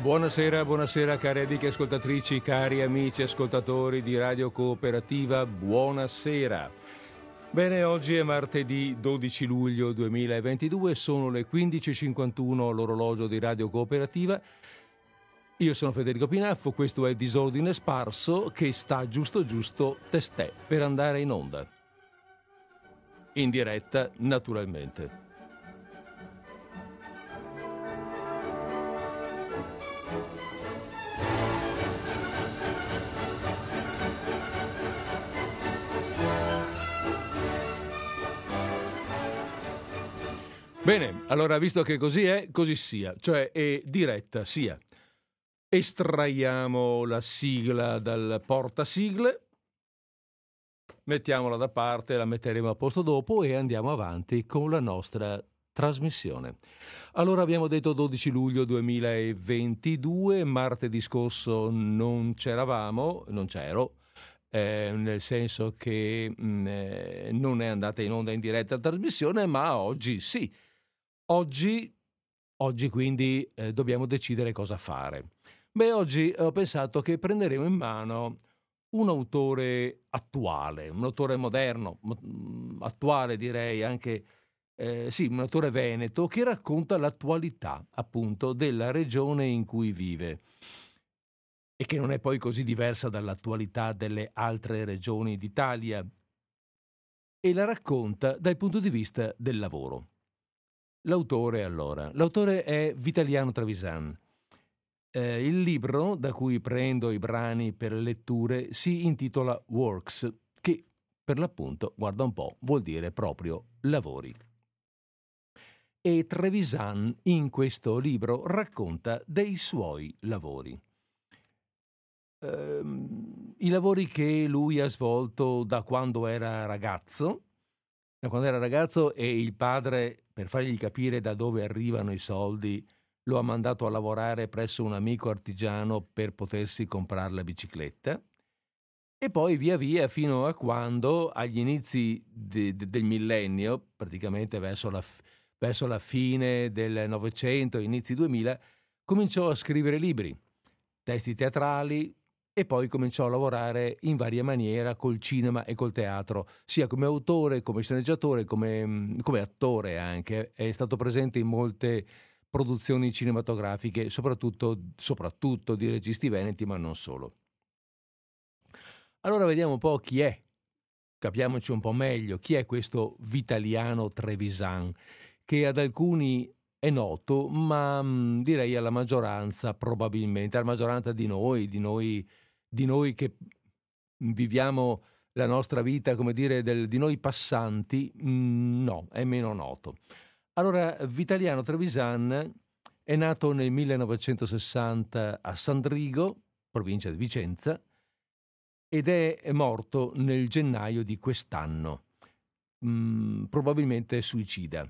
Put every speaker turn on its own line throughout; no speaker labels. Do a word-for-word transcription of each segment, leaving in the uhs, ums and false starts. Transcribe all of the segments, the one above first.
Buonasera, buonasera cari amiche ascoltatrici, cari amici ascoltatori di Radio Cooperativa, buonasera. Bene, oggi è martedì dodici luglio duemilaventidue, sono le quindici e cinquantuno all'orologio di Radio Cooperativa. Io sono Federico Pinaffo, questo è Disordine Sparso che sta giusto giusto testè per andare in onda. In diretta, naturalmente. Bene, allora visto che così è, così sia, cioè è diretta sia. Estraiamo la sigla dal portasigle, mettiamola da parte, la metteremo a posto dopo e andiamo avanti con la nostra trasmissione. Allora abbiamo detto dodici luglio duemilaventidue, martedì scorso non c'eravamo, non c'ero, eh, nel senso che mh, eh, non è andata in onda in diretta la trasmissione, ma oggi sì. Oggi, oggi quindi eh, dobbiamo decidere cosa fare. Beh, oggi ho pensato che prenderemo in mano un autore attuale, un autore moderno, m- attuale direi anche, eh, sì, un autore veneto che racconta l'attualità appunto della regione in cui vive e che non è poi così diversa dall'attualità delle altre regioni d'Italia e la racconta dal punto di vista del lavoro. L'autore allora, l'autore è Vitaliano Trevisan. Eh, il libro da cui prendo i brani per le letture si intitola Works, che per l'appunto, guarda un po', vuol dire proprio lavori. E Trevisan in questo libro racconta dei suoi lavori. Ehm, I lavori che lui ha svolto da quando era ragazzo, da quando era ragazzo e il padre, per fargli capire da dove arrivano i soldi, lo ha mandato a lavorare presso un amico artigiano per potersi comprare la bicicletta. E poi via via fino a quando, agli inizi de- de- del millennio, praticamente verso la, f- verso la fine del Novecento, inizi duemila, cominciò a scrivere libri, testi teatrali, e poi cominciò a lavorare in varia maniera col cinema e col teatro, sia come autore, come sceneggiatore, come, come attore anche. È stato presente in molte produzioni cinematografiche, soprattutto, soprattutto di registi veneti, ma non solo. Allora vediamo un po' chi è, capiamoci un po' meglio, chi è questo Vitaliano Trevisan, che ad alcuni è noto, ma mh, direi alla maggioranza probabilmente, alla maggioranza di noi, di noi di noi che viviamo la nostra vita, come dire, del, di noi passanti, mh, no, è meno noto. Allora, Vitaliano Trevisan è nato nel millenovecentosessanta a Sandrigo, provincia di Vicenza, ed è morto nel gennaio di quest'anno, mh, probabilmente suicida.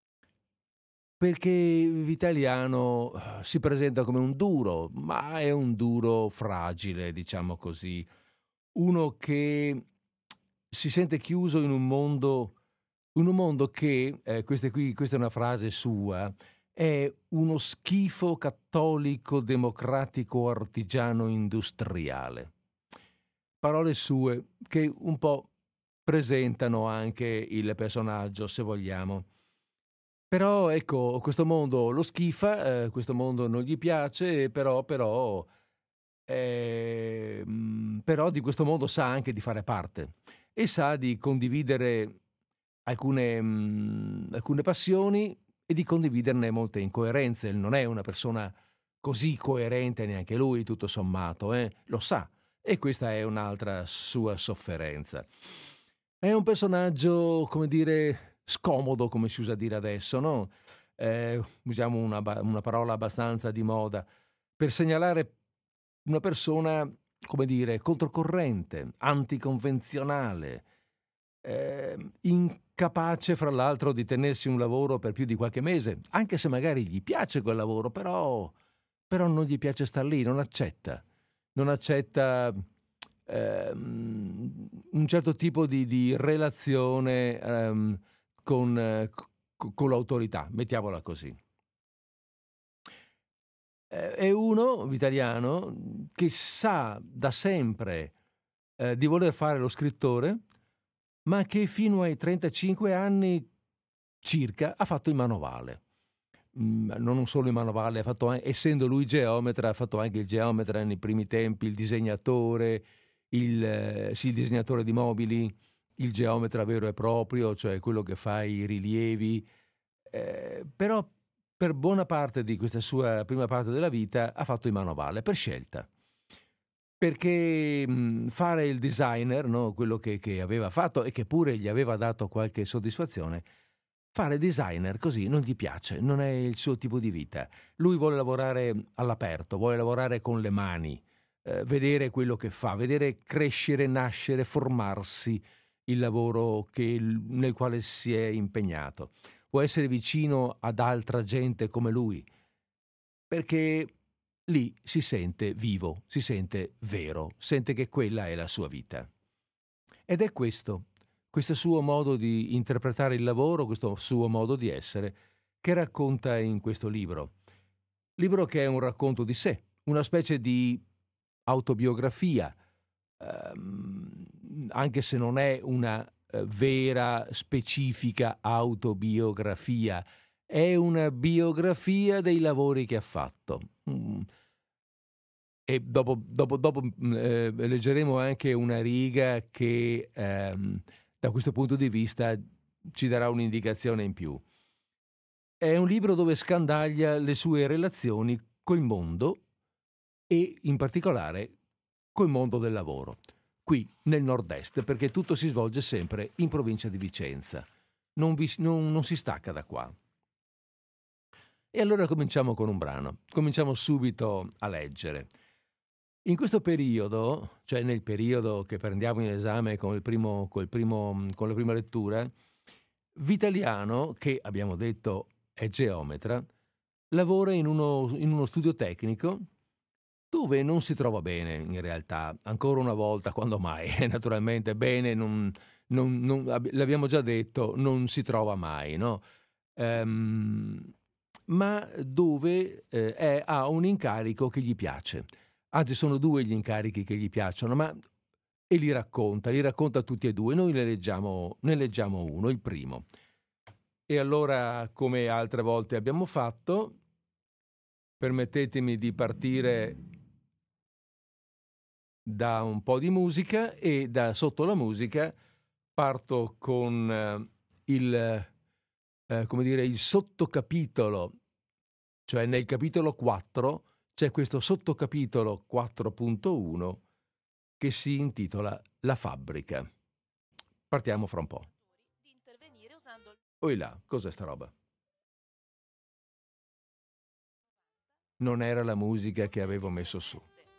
Perché Vitaliano si presenta come un duro, ma è un duro fragile, diciamo così. Uno che si sente chiuso in un mondo, in un mondo che, eh, questa, qui, questa è una frase sua, è uno schifo cattolico, democratico, artigiano, industriale. Parole sue che un po' presentano anche il personaggio, se vogliamo. Però ecco, questo mondo lo schifa, eh, questo mondo non gli piace, però, però, eh, mh, però di questo mondo sa anche di fare parte e sa di condividere alcune, mh, alcune passioni e di condividerne molte incoerenze. Non è una persona così coerente neanche lui, tutto sommato, eh? Lo sa, e questa è un'altra sua sofferenza. È un personaggio, come dire, scomodo, come si usa dire adesso, no? Eh, usiamo una, una parola abbastanza di moda, per segnalare una persona, come dire, controcorrente, anticonvenzionale, eh, incapace fra l'altro di tenersi un lavoro per più di qualche mese, anche se magari gli piace quel lavoro, però, però non gli piace star lì, non accetta, non accetta ehm, un certo tipo di, di relazione ehm, con, eh, con l'autorità, mettiamola così. Eh, è uno, Vitaliano, che sa da sempre eh, di voler fare lo scrittore, ma che fino ai trentacinque anni circa ha fatto il manovale. Mm, non solo il manovale, ha fatto anche, essendo lui geometra, ha fatto anche il geometra nei primi tempi, il disegnatore, il, eh, sì, il disegnatore di mobili, il geometra vero e proprio, cioè quello che fa i rilievi. Eh, però per buona parte di questa sua prima parte della vita ha fatto il manovale per scelta. Perché mh, fare il designer, no? Quello che, che aveva fatto e che pure gli aveva dato qualche soddisfazione, fare designer così non gli piace, non è il suo tipo di vita. Lui vuole lavorare all'aperto, vuole lavorare con le mani, eh, vedere quello che fa, vedere crescere, nascere, formarsi il lavoro che, nel quale si è impegnato. Vuole essere vicino ad altra gente come lui, perché lì si sente vivo, si sente vero, sente che quella è la sua vita. Ed è questo, questo suo modo di interpretare il lavoro, questo suo modo di essere, che racconta in questo libro. Libro che è un racconto di sé, una specie di autobiografia, ehm, anche se non è una eh, vera, specifica autobiografia, è una biografia dei lavori che ha fatto. Mm. E dopo, dopo, dopo mm, eh, leggeremo anche una riga che ehm, da questo punto di vista ci darà un'indicazione in più. È un libro dove scandaglia le sue relazioni col mondo e in particolare col mondo del lavoro, qui nel nord-est, perché tutto si svolge sempre in provincia di Vicenza. Non, vi, non, non si stacca da qua. E allora cominciamo con un brano, cominciamo subito a leggere. In questo periodo, cioè nel periodo che prendiamo in esame con, il primo, col primo, con la prima lettura, Vitaliano, che abbiamo detto è geometra, lavora in uno, in uno studio tecnico dove non si trova bene in realtà, ancora una volta, quando mai? Naturalmente bene, non, non, non, l'abbiamo già detto, non si trova mai, no? Ehm, ma dove eh, è, ha un incarico che gli piace. Anzi, sono due gli incarichi che gli piacciono, ma e li racconta, li racconta tutti e due. Noi ne leggiamo, ne leggiamo uno, il primo. E allora, come altre volte abbiamo fatto, permettetemi di partire da un po' di musica e da sotto la musica parto con eh, il, eh, come dire, il sottocapitolo, cioè nel capitolo quattro c'è questo sottocapitolo quattro punto uno che si intitola La fabbrica. Partiamo fra un po'. Oi là, cos'è sta roba? Non era la musica che avevo messo su.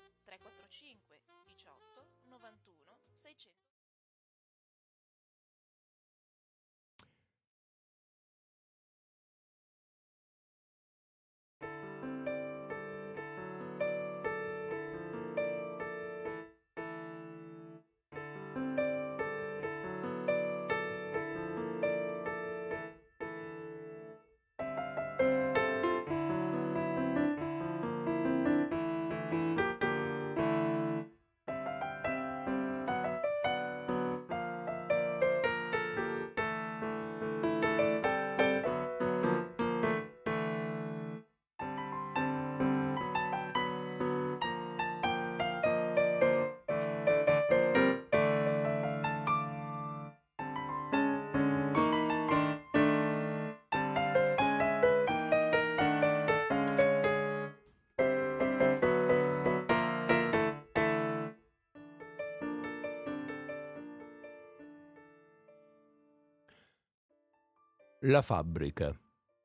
La fabbrica.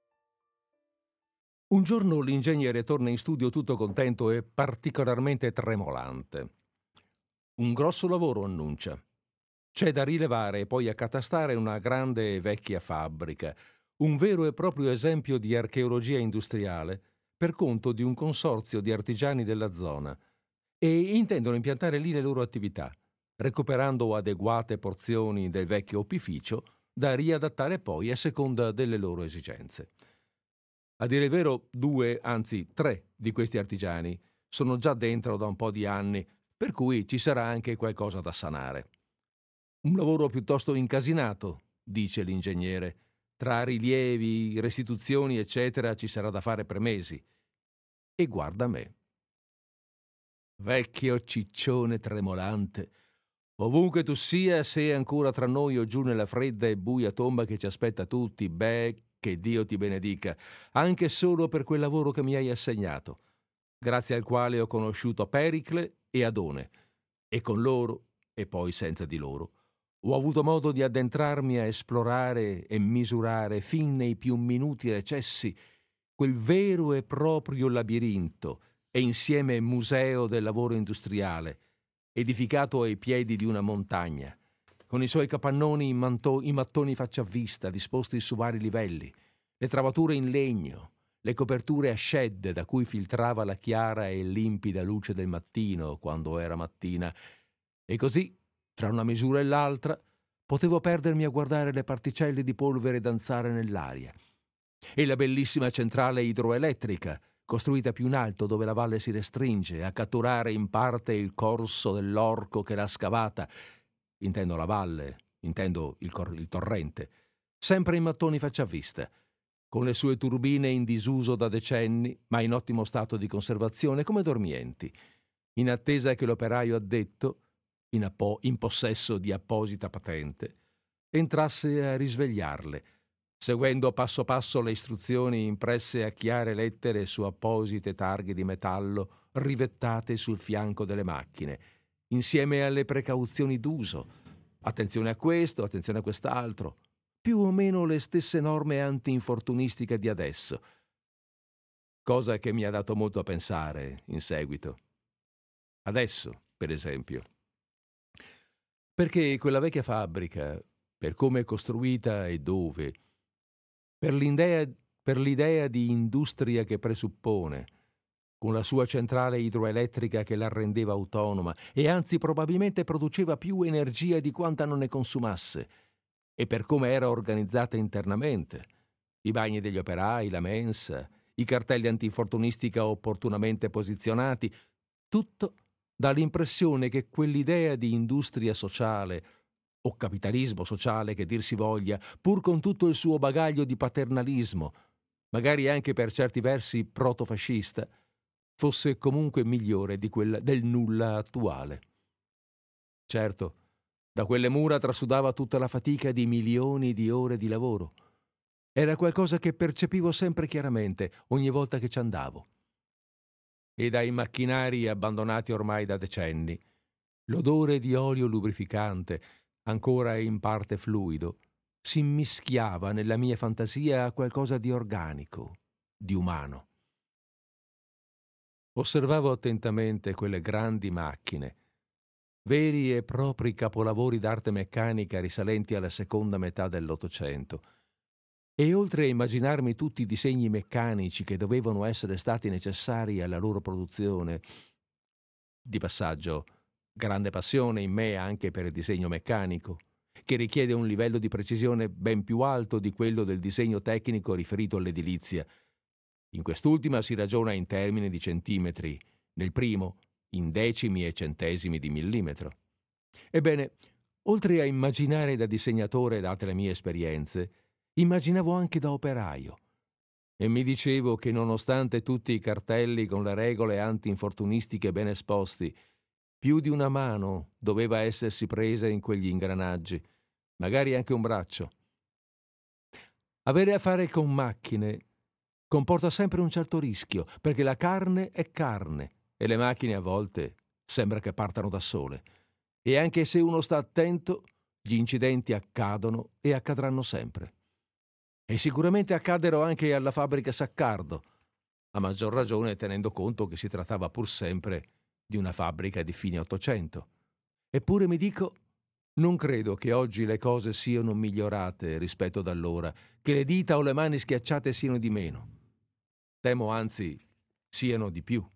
Un giorno l'ingegnere torna in studio tutto contento e particolarmente tremolante. Un grosso lavoro annuncia. C'è da rilevare e poi accatastare una grande e vecchia fabbrica, un vero e proprio esempio di archeologia industriale per conto di un consorzio di artigiani della zona, e intendono impiantare lì le loro attività, recuperando adeguate porzioni del vecchio opificio da riadattare poi a seconda delle loro esigenze. A dire il vero, due, anzi tre di questi artigiani sono già dentro da un po' di anni, per cui ci sarà anche qualcosa da sanare. Un lavoro piuttosto incasinato, dice l'ingegnere. Tra rilievi, restituzioni, eccetera, ci sarà da fare per mesi. E guarda me. Vecchio ciccione tremolante. Ovunque tu sia, sei ancora tra noi o giù nella fredda e buia tomba che ci aspetta tutti, beh, che Dio ti benedica, anche solo per quel lavoro che mi hai assegnato, grazie al quale ho conosciuto Pericle e Adone, e con loro, e poi senza di loro, ho avuto modo di addentrarmi a esplorare e misurare fin nei più minuti recessi quel vero e proprio labirinto e insieme museo del lavoro industriale, edificato ai piedi di una montagna, con i suoi capannoni in, manto- in mattoni faccia a vista, disposti su vari livelli, le travature in legno, le coperture a shed da cui filtrava la chiara e limpida luce del mattino quando era mattina, e così, tra una misura e l'altra, potevo perdermi a guardare le particelle di polvere danzare nell'aria. E la bellissima centrale idroelettrica, costruita più in alto dove la valle si restringe, a catturare in parte il corso dell'orco che l'ha scavata, intendo la valle, intendo il, cor- il torrente, sempre in mattoni faccia a vista, con le sue turbine in disuso da decenni, ma in ottimo stato di conservazione come dormienti, in attesa che l'operaio addetto, in, appo- in possesso di apposita patente, entrasse a risvegliarle, seguendo passo passo le istruzioni impresse a chiare lettere su apposite targhe di metallo rivettate sul fianco delle macchine, insieme alle precauzioni d'uso. Attenzione a questo, attenzione a quest'altro. Più o meno le stesse norme anti-infortunistiche di adesso. Cosa che mi ha dato molto a pensare in seguito. Adesso, per esempio. Perché quella vecchia fabbrica, per come è costruita e dove, per l'idea, per l'idea di industria che presuppone, con la sua centrale idroelettrica che la rendeva autonoma e anzi probabilmente produceva più energia di quanta non ne consumasse, e per come era organizzata internamente, i bagni degli operai, la mensa, i cartelli antinfortunistica opportunamente posizionati, tutto dà l'impressione che quell'idea di industria sociale o capitalismo sociale che dir si voglia, pur con tutto il suo bagaglio di paternalismo, magari anche per certi versi protofascista, fosse comunque migliore di quella del nulla attuale. Certo, da quelle mura trasudava tutta la fatica di milioni di ore di lavoro. Era qualcosa che percepivo sempre chiaramente ogni volta che ci andavo. E dai macchinari abbandonati ormai da decenni, l'odore di olio lubrificante, ancora in parte fluido, si immischiava nella mia fantasia a qualcosa di organico, di umano. Osservavo attentamente quelle grandi macchine, veri e propri capolavori d'arte meccanica risalenti alla seconda metà dell'Ottocento, e oltre a immaginarmi tutti i disegni meccanici che dovevano essere stati necessari alla loro produzione, di passaggio, grande passione in me anche per il disegno meccanico, che richiede un livello di precisione ben più alto di quello del disegno tecnico riferito all'edilizia. In quest'ultima si ragiona in termini di centimetri, nel primo in decimi e centesimi di millimetro. Ebbene, oltre a immaginare da disegnatore date le mie esperienze, immaginavo anche da operaio. E mi dicevo che nonostante tutti i cartelli con le regole anti-infortunistiche ben esposti, più di una mano doveva essersi presa in quegli ingranaggi, magari anche un braccio. Avere a fare con macchine comporta sempre un certo rischio, perché la carne è carne e le macchine a volte sembra che partano da sole. E anche se uno sta attento, gli incidenti accadono e accadranno sempre. E sicuramente accaddero anche alla fabbrica Saccardo, a maggior ragione tenendo conto che si trattava pur sempre di una fabbrica di fine Ottocento. Eppure mi dico, non credo che oggi le cose siano migliorate rispetto ad allora, che le dita o le mani schiacciate siano di meno. Temo anzi siano di più.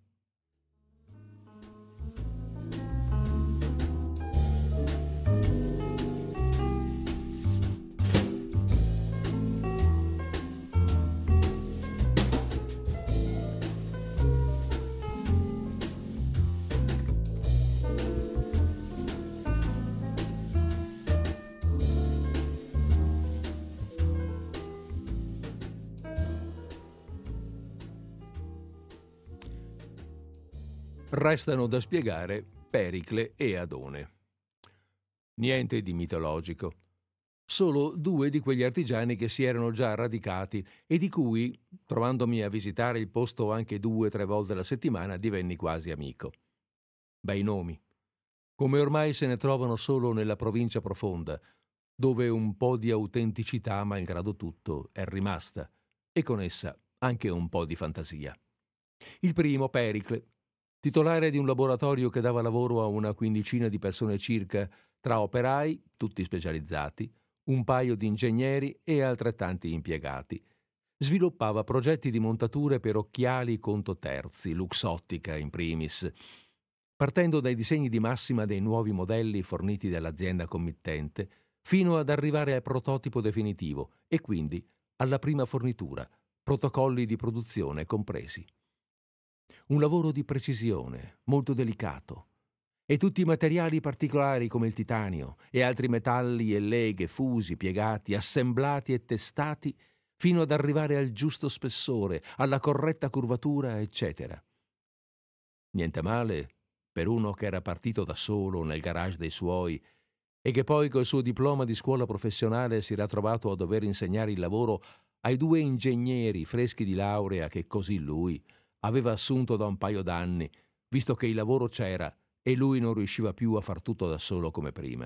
Restano da spiegare Pericle e Adone. Niente di mitologico. Solo due di quegli artigiani che si erano già radicati e di cui, trovandomi a visitare il posto anche due o tre volte alla settimana, divenni quasi amico. Bei nomi, come ormai se ne trovano solo nella provincia profonda, dove un po' di autenticità, malgrado tutto, è rimasta, e con essa anche un po' di fantasia. Il primo, Pericle, titolare di un laboratorio che dava lavoro a una quindicina di persone circa, tra operai, tutti specializzati, un paio di ingegneri e altrettanti impiegati. Sviluppava progetti di montature per occhiali conto terzi, Luxottica in primis, partendo dai disegni di massima dei nuovi modelli forniti dall'azienda committente, fino ad arrivare al prototipo definitivo e quindi alla prima fornitura, protocolli di produzione compresi. Un lavoro di precisione, molto delicato, e tutti i materiali particolari come il titanio e altri metalli e leghe fusi, piegati, assemblati e testati fino ad arrivare al giusto spessore, alla corretta curvatura, eccetera. Niente male per uno che era partito da solo nel garage dei suoi e che poi col suo diploma di scuola professionale si era trovato a dover insegnare il lavoro ai due ingegneri freschi di laurea che così lui aveva assunto da un paio d'anni, visto che il lavoro c'era e lui non riusciva più a far tutto da solo come prima.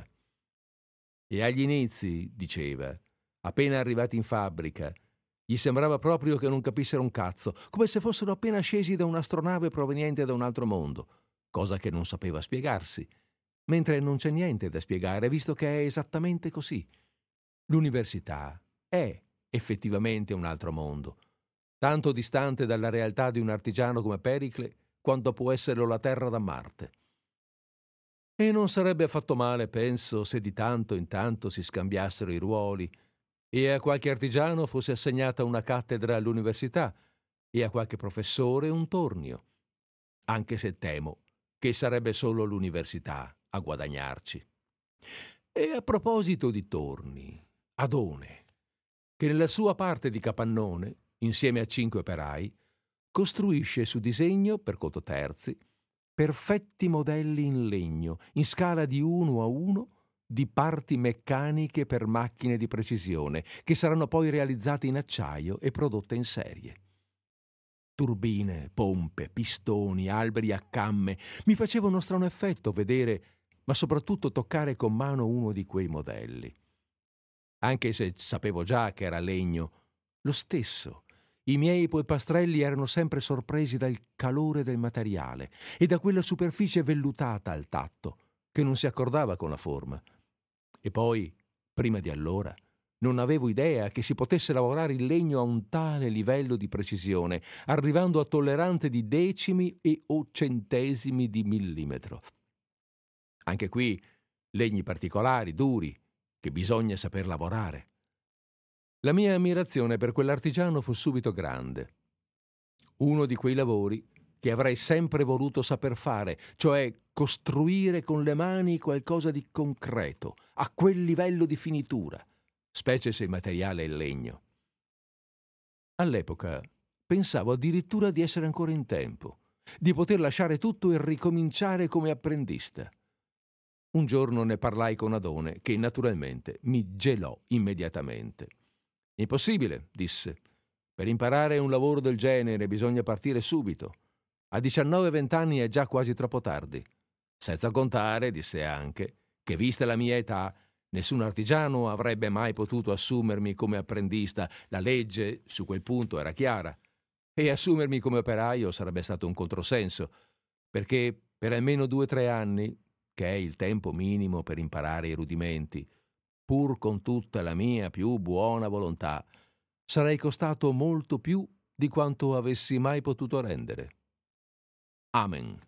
E agli inizi, diceva, appena arrivati in fabbrica, gli sembrava proprio che non capissero un cazzo, come se fossero appena scesi da un'astronave proveniente da un altro mondo, cosa che non sapeva spiegarsi, mentre non c'è niente da spiegare, visto che è esattamente così. L'università è effettivamente un altro mondo, tanto distante dalla realtà di un artigiano come Pericle quanto può esserlo la Terra da Marte. E non sarebbe affatto male, penso, se di tanto in tanto si scambiassero i ruoli e a qualche artigiano fosse assegnata una cattedra all'università e a qualche professore un tornio, anche se temo che sarebbe solo l'università a guadagnarci. E a proposito di torni, Adone, che nella sua parte di capannone, insieme a cinque operai, costruisce su disegno, per conto terzi, perfetti modelli in legno, in scala di uno a uno, di parti meccaniche per macchine di precisione, che saranno poi realizzate in acciaio e prodotte in serie. Turbine, pompe, pistoni, alberi a camme, mi faceva uno strano effetto vedere, ma soprattutto toccare con mano uno di quei modelli. Anche se sapevo già che era legno, lo stesso. I miei polpastrelli erano sempre sorpresi dal calore del materiale e da quella superficie vellutata al tatto, che non si accordava con la forma. E poi, prima di allora, non avevo idea che si potesse lavorare il legno a un tale livello di precisione, arrivando a tolleranze di decimi e o centesimi di millimetro. Anche qui, legni particolari, duri, che bisogna saper lavorare. La mia ammirazione per quell'artigiano fu subito grande. Uno di quei lavori che avrei sempre voluto saper fare, cioè costruire con le mani qualcosa di concreto, a quel livello di finitura, specie se il materiale è il legno. All'epoca pensavo addirittura di essere ancora in tempo, di poter lasciare tutto e ricominciare come apprendista. Un giorno ne parlai con Adone, che naturalmente mi gelò immediatamente. «Impossibile», disse. «Per imparare un lavoro del genere bisogna partire subito. A diciannove venti anni è già quasi troppo tardi. Senza contare», disse anche, «che vista la mia età, nessun artigiano avrebbe mai potuto assumermi come apprendista. La legge su quel punto era chiara. E assumermi come operaio sarebbe stato un controsenso, perché per almeno due o tre anni, che è il tempo minimo per imparare i rudimenti, pur con tutta la mia più buona volontà, sarei costato molto più di quanto avessi mai potuto rendere. Amen.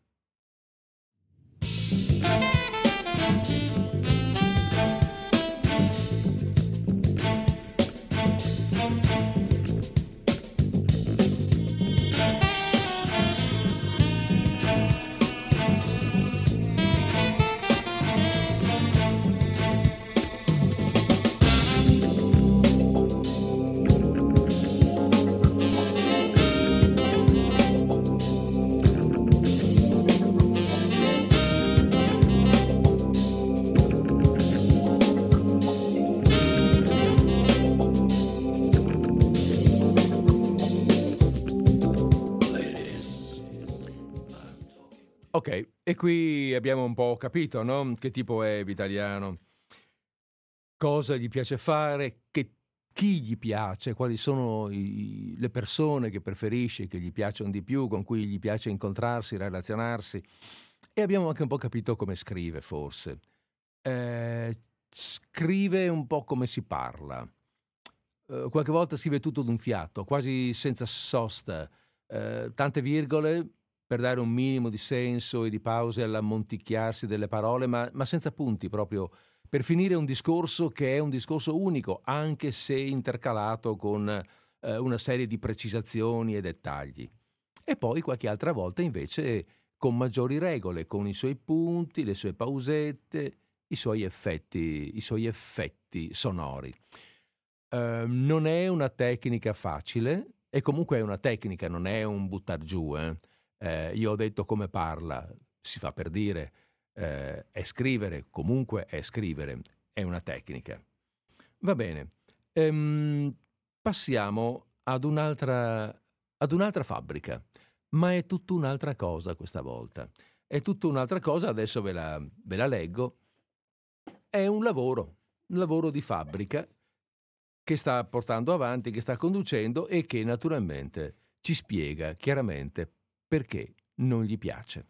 E qui abbiamo un po' capito, no? Che tipo è Vitaliano, cosa gli piace fare, che, chi gli piace, quali sono i- le persone che preferisce, che gli piacciono di più, con cui gli piace incontrarsi, relazionarsi. E abbiamo anche un po' capito come scrive, forse. Eh, scrive un po' come si parla. Eh, qualche volta scrive tutto d'un fiato, quasi senza sosta, eh, tante virgole per dare un minimo di senso e di pause all'ammonticchiarsi delle parole, ma, ma senza punti, proprio per finire un discorso che è un discorso unico, anche se intercalato con eh, una serie di precisazioni e dettagli. E poi qualche altra volta invece con maggiori regole, con i suoi punti, le sue pausette, i suoi effetti, i suoi effetti sonori. Eh, non è una tecnica facile e comunque è una tecnica, non è un buttar giù. Eh. Eh, io ho detto come parla, si fa per dire, eh, è scrivere, comunque è scrivere, è una tecnica. Va bene, ehm, passiamo ad un'altra, ad un'altra fabbrica, ma è tutta un'altra cosa questa volta. È tutta un'altra cosa, adesso ve la, ve la leggo. È un lavoro, un lavoro di fabbrica che sta portando avanti, che sta conducendo e che naturalmente ci spiega chiaramente perché non gli piace.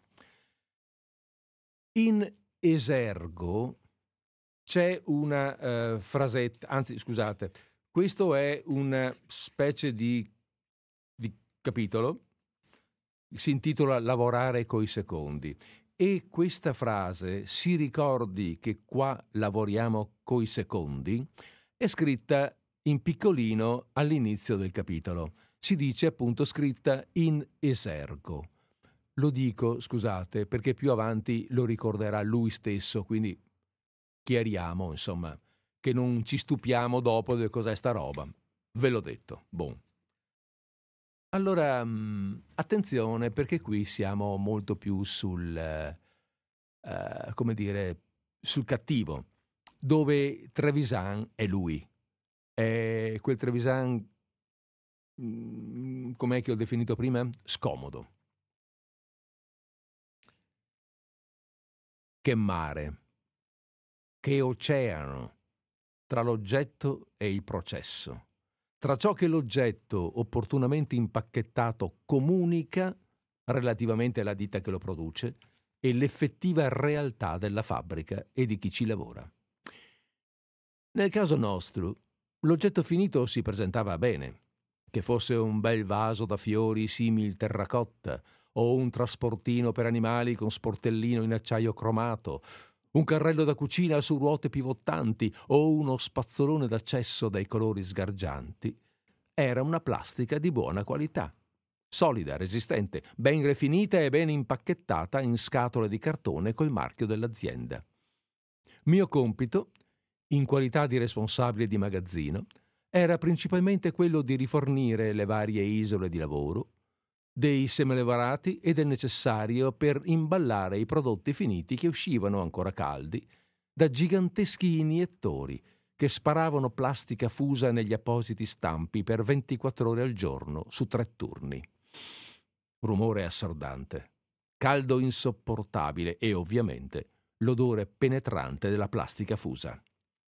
In esergo c'è una eh, frasetta, anzi scusate, questo è una specie di, di capitolo, si intitola Lavorare coi secondi e questa frase, si ricordi che qua lavoriamo coi secondi, è scritta in piccolino all'inizio del capitolo. Si dice appunto scritta in esergo. Lo dico, scusate, perché più avanti lo ricorderà lui stesso, quindi chiariamo, insomma, che non ci stupiamo dopo di cos'è sta roba. Ve l'ho detto. Bon. Allora, mh, attenzione, perché qui siamo molto più sul, eh, eh, come dire, sul cattivo, dove Trevisan è lui. È quel Trevisan, mh, com'è che ho definito prima? Scomodo. Che mare, che oceano tra l'oggetto e il processo, tra ciò che l'oggetto opportunamente impacchettato comunica relativamente alla ditta che lo produce e l'effettiva realtà della fabbrica e di chi ci lavora. Nel caso nostro, l'oggetto finito si presentava bene, che fosse un bel vaso da fiori simil terracotta o un trasportino per animali con sportellino in acciaio cromato, un carrello da cucina su ruote pivottanti o uno spazzolone d'accesso dai colori sgargianti, era una plastica di buona qualità, solida, resistente, ben rifinita e ben impacchettata in scatole di cartone col marchio dell'azienda. Mio compito, in qualità di responsabile di magazzino, era principalmente quello di rifornire le varie isole di lavoro, dei semelavorati e del necessario per imballare i prodotti finiti che uscivano ancora caldi da giganteschi iniettori che sparavano plastica fusa negli appositi stampi per ventiquattro ore al giorno su tre turni. Rumore assordante, caldo insopportabile e ovviamente l'odore penetrante della plastica fusa.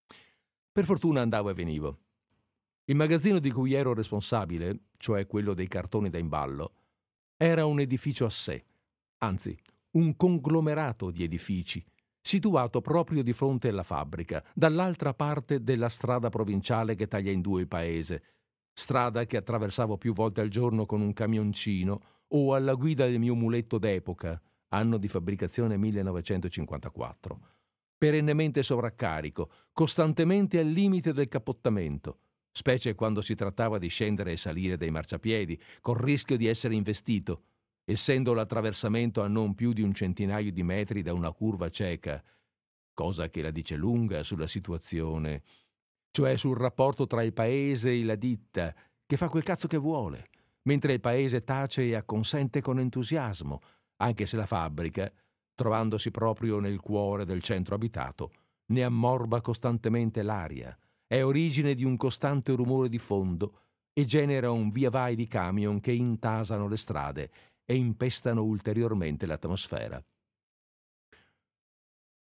Per fortuna andavo e venivo. Il magazzino di cui ero responsabile, cioè quello dei cartoni da imballo, era un edificio a sé, anzi, un conglomerato di edifici, situato proprio di fronte alla fabbrica, dall'altra parte della strada provinciale che taglia in due il paese, strada che attraversavo più volte al giorno con un camioncino o alla guida del mio muletto d'epoca, anno di fabbricazione millenovecentocinquantaquattro, perennemente sovraccarico, costantemente al limite del cappottamento, specie quando si trattava di scendere e salire dai marciapiedi, col rischio di essere investito, essendo l'attraversamento a non più di un centinaio di metri da una curva cieca, cosa che la dice lunga sulla situazione, cioè sul rapporto tra il paese e la ditta, che fa quel cazzo che vuole, mentre il paese tace e acconsente con entusiasmo, anche se la fabbrica, trovandosi proprio nel cuore del centro abitato, ne ammorba costantemente l'aria, è origine di un costante rumore di fondo e genera un via vai di camion che intasano le strade e impestano ulteriormente l'atmosfera.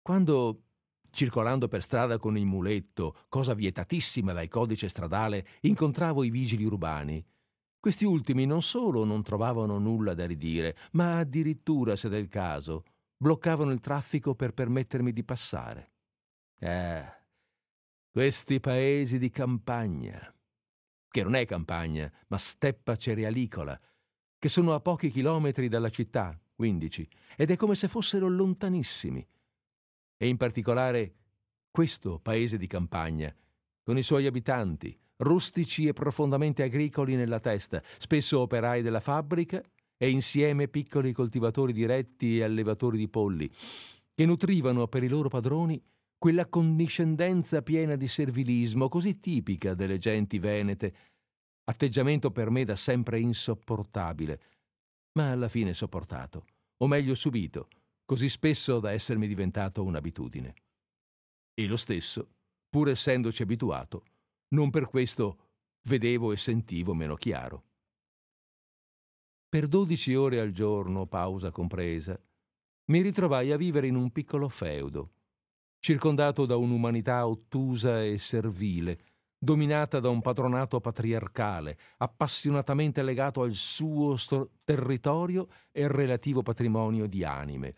Quando, circolando per strada con il muletto, cosa vietatissima dal codice stradale, incontravo i vigili urbani, questi ultimi non solo non trovavano nulla da ridire, ma addirittura, se del caso, bloccavano il traffico per permettermi di passare. Eh, questi paesi di campagna, che non è campagna, ma steppa cerealicola, che sono a pochi chilometri dalla città, quindici, ed è come se fossero lontanissimi. E in particolare questo paese di campagna, con i suoi abitanti, rustici e profondamente agricoli nella testa, spesso operai della fabbrica e insieme piccoli coltivatori diretti e allevatori di polli, che nutrivano per i loro padroni quella condiscendenza piena di servilismo così tipica delle genti venete, atteggiamento per me da sempre insopportabile, ma alla fine sopportato, o meglio subito, così spesso da essermi diventato un'abitudine. E lo stesso, pur essendoci abituato, non per questo vedevo e sentivo meno chiaro. Per dodici ore al giorno, pausa compresa, mi ritrovai a vivere in un piccolo feudo, circondato da un'umanità ottusa e servile, dominata da un patronato patriarcale, appassionatamente legato al suo sto- territorio e relativo patrimonio di anime.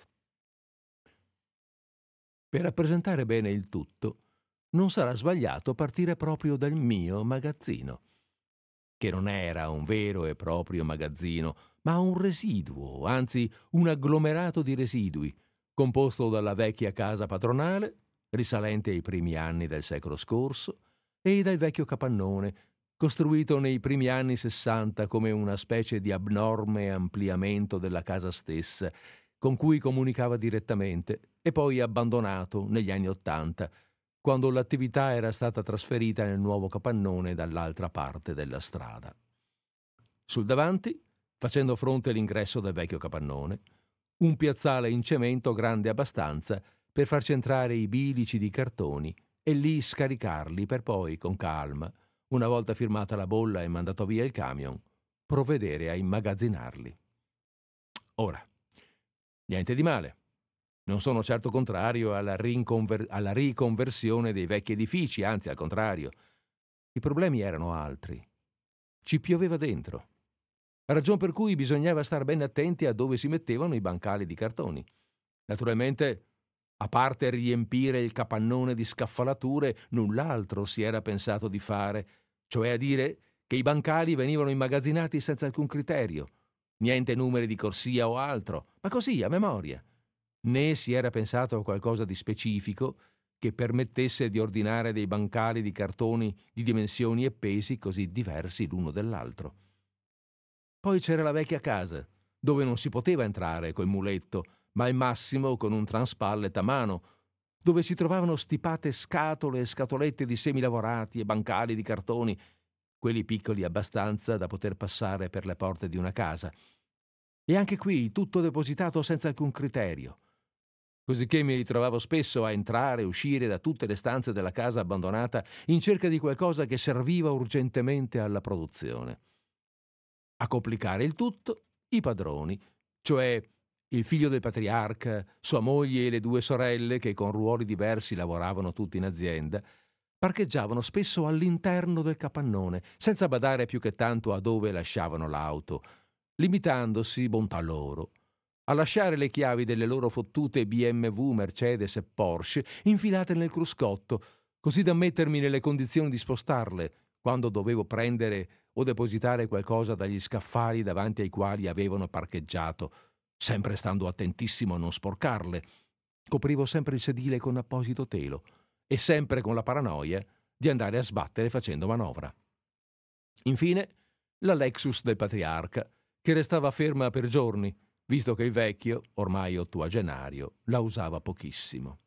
Per rappresentare bene il tutto, non sarà sbagliato partire proprio dal mio magazzino, che non era un vero e proprio magazzino, ma un residuo, anzi un agglomerato di residui, composto dalla vecchia casa padronale, risalente ai primi anni del secolo scorso, e dal vecchio capannone, costruito nei primi anni sessanta come una specie di abnorme ampliamento della casa stessa, con cui comunicava direttamente, e poi abbandonato negli anni Ottanta, quando l'attività era stata trasferita nel nuovo capannone dall'altra parte della strada. Sul davanti, facendo fronte all'ingresso del vecchio capannone, un piazzale in cemento grande abbastanza per far centrare i bilici di cartoni e lì scaricarli per poi, con calma, una volta firmata la bolla e mandato via il camion, provvedere a immagazzinarli. Ora, niente di male. Non sono certo contrario alla, rinconver- alla riconversione dei vecchi edifici, anzi al contrario. I problemi erano altri. Ci pioveva dentro. Ragion per cui bisognava star ben attenti a dove si mettevano i bancali di cartoni. Naturalmente, a parte riempire il capannone di scaffalature, null'altro si era pensato di fare, cioè a dire che i bancali venivano immagazzinati senza alcun criterio, niente numeri di corsia o altro, ma così, a memoria. Né si era pensato a qualcosa di specifico che permettesse di ordinare dei bancali di cartoni di dimensioni e pesi così diversi l'uno dall'altro. Poi c'era la vecchia casa, dove non si poteva entrare col muletto, ma al massimo con un transpallet a mano, dove si trovavano stipate scatole e scatolette di semi lavorati e bancali di cartoni, quelli piccoli abbastanza da poter passare per le porte di una casa. E anche qui tutto depositato senza alcun criterio, cosicché mi ritrovavo spesso a entrare e uscire da tutte le stanze della casa abbandonata in cerca di qualcosa che serviva urgentemente alla produzione. A complicare il tutto, i padroni, cioè il figlio del patriarca, sua moglie e le due sorelle che con ruoli diversi lavoravano tutti in azienda, parcheggiavano spesso all'interno del capannone, senza badare più che tanto a dove lasciavano l'auto, limitandosi, bontà loro, a lasciare le chiavi delle loro fottute B M W, Mercedes e Porsche infilate nel cruscotto, così da mettermi nelle condizioni di spostarle quando dovevo prendere o depositare qualcosa dagli scaffali davanti ai quali avevano parcheggiato, sempre stando attentissimo a non sporcarle. Coprivo sempre il sedile con apposito telo e sempre con la paranoia di andare a sbattere facendo manovra. Infine, la Lexus del patriarca, che restava ferma per giorni, visto che il vecchio, ormai ottuagenario, la usava pochissimo.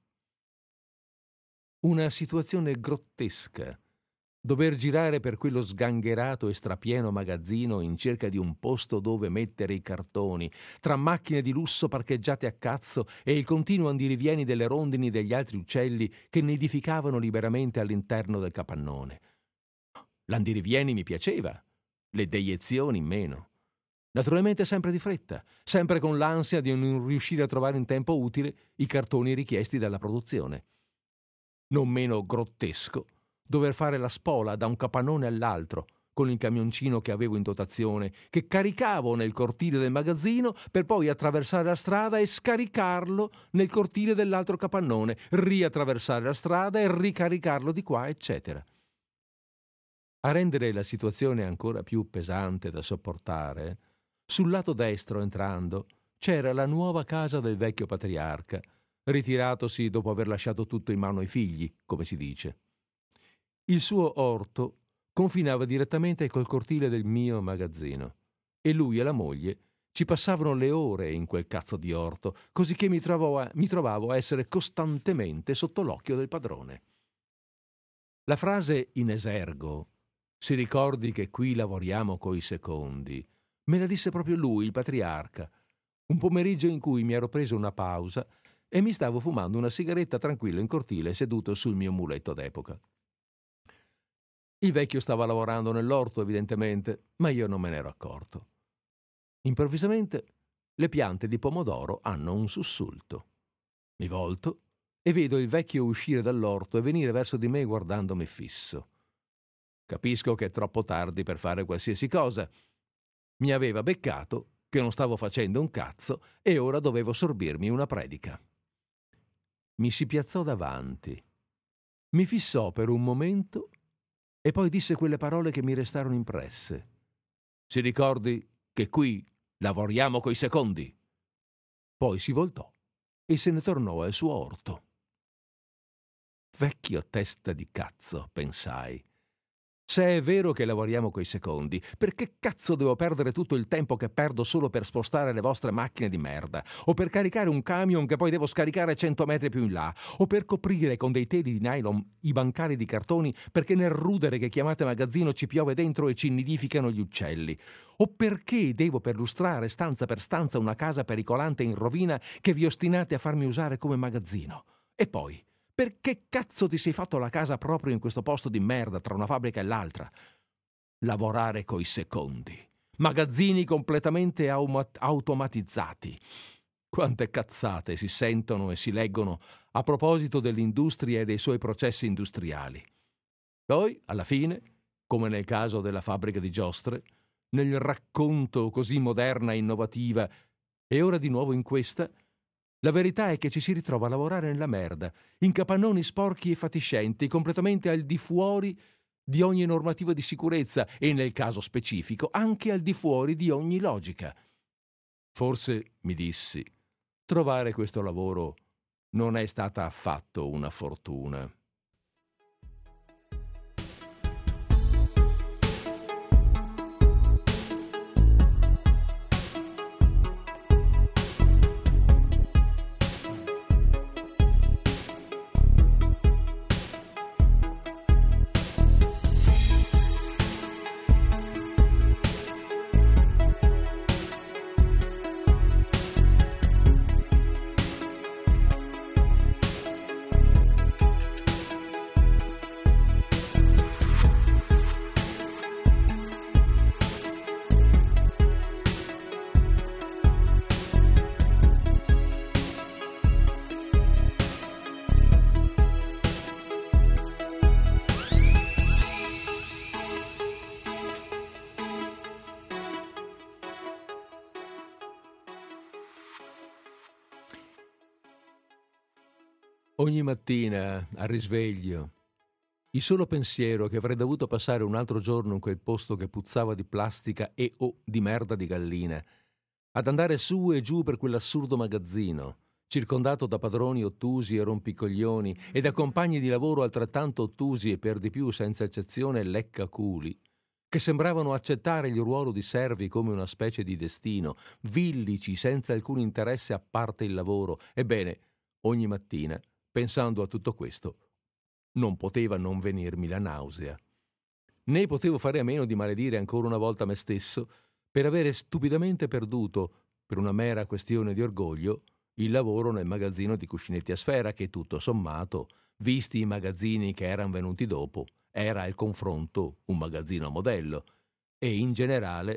Una situazione grottesca, dover girare per quello sgangherato e strapieno magazzino in cerca di un posto dove mettere i cartoni, tra macchine di lusso parcheggiate a cazzo e il continuo andirivieni delle rondini degli altri uccelli che nidificavano liberamente all'interno del capannone. L'andirivieni mi piaceva, le deiezioni meno. Naturalmente sempre di fretta, sempre con l'ansia di non riuscire a trovare in tempo utile i cartoni richiesti dalla produzione. Non meno grottesco dover fare la spola da un capannone all'altro con il camioncino che avevo in dotazione, che caricavo nel cortile del magazzino per poi attraversare la strada e scaricarlo nel cortile dell'altro capannone, riattraversare la strada e ricaricarlo di qua, eccetera. A rendere la situazione ancora più pesante da sopportare, sul lato destro entrando c'era la nuova casa del vecchio patriarca, ritiratosi dopo aver lasciato tutto in mano ai figli, come si dice. Il suo orto confinava direttamente col cortile del mio magazzino e lui e la moglie ci passavano le ore in quel cazzo di orto, così che mi, trovavo a, mi trovavo a essere costantemente sotto l'occhio del padrone. La frase in esergo, si ricordi che qui lavoriamo coi secondi, me la disse proprio lui, il patriarca, un pomeriggio in cui mi ero preso una pausa e mi stavo fumando una sigaretta tranquillo in cortile seduto sul mio muletto d'epoca. Il vecchio stava lavorando nell'orto, evidentemente, ma io non me ne ero accorto. Improvvisamente le piante di pomodoro hanno un sussulto. Mi volto e vedo il vecchio uscire dall'orto e venire verso di me guardandomi fisso. Capisco che è troppo tardi per fare qualsiasi cosa. Mi aveva beccato che non stavo facendo un cazzo e ora dovevo sorbirmi una predica. Mi si piazzò davanti, mi fissò per un momento e poi disse quelle parole che mi restarono impresse. Si ricordi che qui lavoriamo coi secondi. Poi si voltò e se ne tornò al suo orto. Vecchio testa di cazzo, pensai. Se è vero che lavoriamo coi secondi, perché cazzo devo perdere tutto il tempo che perdo solo per spostare le vostre macchine di merda, o per caricare un camion che poi devo scaricare cento metri più in là, o per coprire con dei teli di nylon i bancali di cartoni perché nel rudere che chiamate magazzino ci piove dentro e ci nidificano gli uccelli, o perché devo perlustrare stanza per stanza una casa pericolante in rovina che vi ostinate a farmi usare come magazzino. E poi, perché cazzo ti sei fatto la casa proprio in questo posto di merda tra una fabbrica e l'altra? Lavorare coi secondi. Magazzini completamente aumat- automatizzati. Quante cazzate si sentono e si leggono a proposito dell'industria e dei suoi processi industriali. Poi, alla fine, come nel caso della fabbrica di giostre, nel racconto così moderna e innovativa, e ora di nuovo in questa, la verità è che ci si ritrova a lavorare nella merda, in capannoni sporchi e fatiscenti, completamente al di fuori di ogni normativa di sicurezza e, nel caso specifico, anche al di fuori di ogni logica. Forse, mi dissi, trovare questo lavoro non è stata affatto una fortuna. Ogni mattina, al risveglio, il solo pensiero che avrei dovuto passare un altro giorno in quel posto che puzzava di plastica e o di merda di gallina, ad andare su e giù per quell'assurdo magazzino, circondato da padroni ottusi e rompicoglioni e da compagni di lavoro altrettanto ottusi e per di più, senza eccezione, leccaculi, che sembravano accettare il ruolo di servi come una specie di destino, villici, senza alcun interesse a parte il lavoro. Ebbene, ogni mattina, pensando a tutto questo, non poteva non venirmi la nausea. Né potevo fare a meno di maledire ancora una volta me stesso per avere stupidamente perduto, per una mera questione di orgoglio, il lavoro nel magazzino di cuscinetti a sfera che, tutto sommato, visti i magazzini che erano venuti dopo, era al confronto un magazzino a modello e, in generale,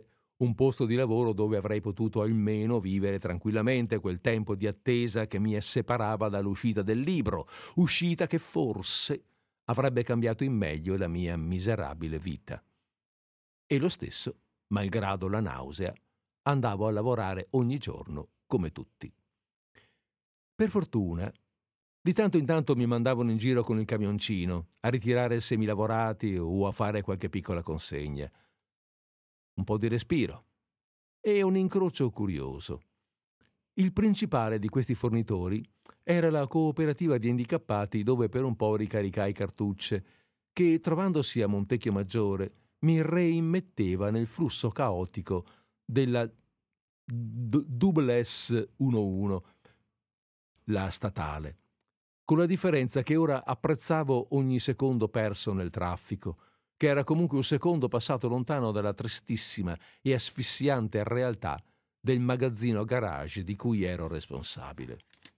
un posto di lavoro dove avrei potuto almeno vivere tranquillamente quel tempo di attesa che mi separava dall'uscita del libro, uscita che forse avrebbe cambiato in meglio la mia miserabile vita. E lo stesso, malgrado la nausea, andavo a lavorare ogni giorno come tutti. Per fortuna, di tanto in tanto mi mandavano in giro con il camioncino a ritirare semilavorati o a fare qualche piccola consegna. Un po' di respiro e un incrocio curioso. Il principale di questi fornitori era la cooperativa di handicappati dove per un po' ricaricai cartucce che, trovandosi a Montecchio Maggiore, mi reimmetteva nel flusso caotico della D- Double S undici, la statale, con la differenza che ora apprezzavo ogni secondo perso nel traffico, che era comunque un secondo passato lontano dalla tristissima e asfissiante realtà del magazzino garage di cui ero responsabile.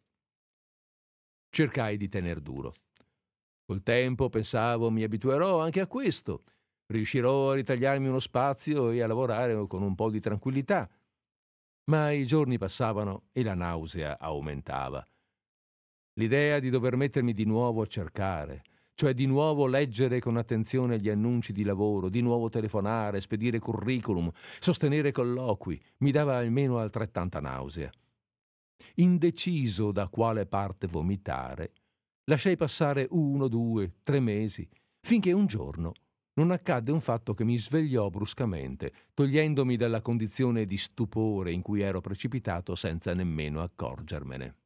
Cercai di tener duro. Col tempo, pensavo, mi abituerò anche a questo. Riuscirò a ritagliarmi uno spazio e a lavorare con un po' di tranquillità. Ma i giorni passavano e la nausea aumentava. L'idea di dover mettermi di nuovo a cercare, cioè di nuovo leggere con attenzione gli annunci di lavoro, di nuovo telefonare, spedire curriculum, sostenere colloqui, mi dava almeno altrettanta nausea. Indeciso da quale parte vomitare, lasciai passare uno, due, tre mesi, finché un giorno non accadde un fatto che mi svegliò bruscamente, togliendomi dalla condizione di stupore in cui ero precipitato senza nemmeno accorgermene.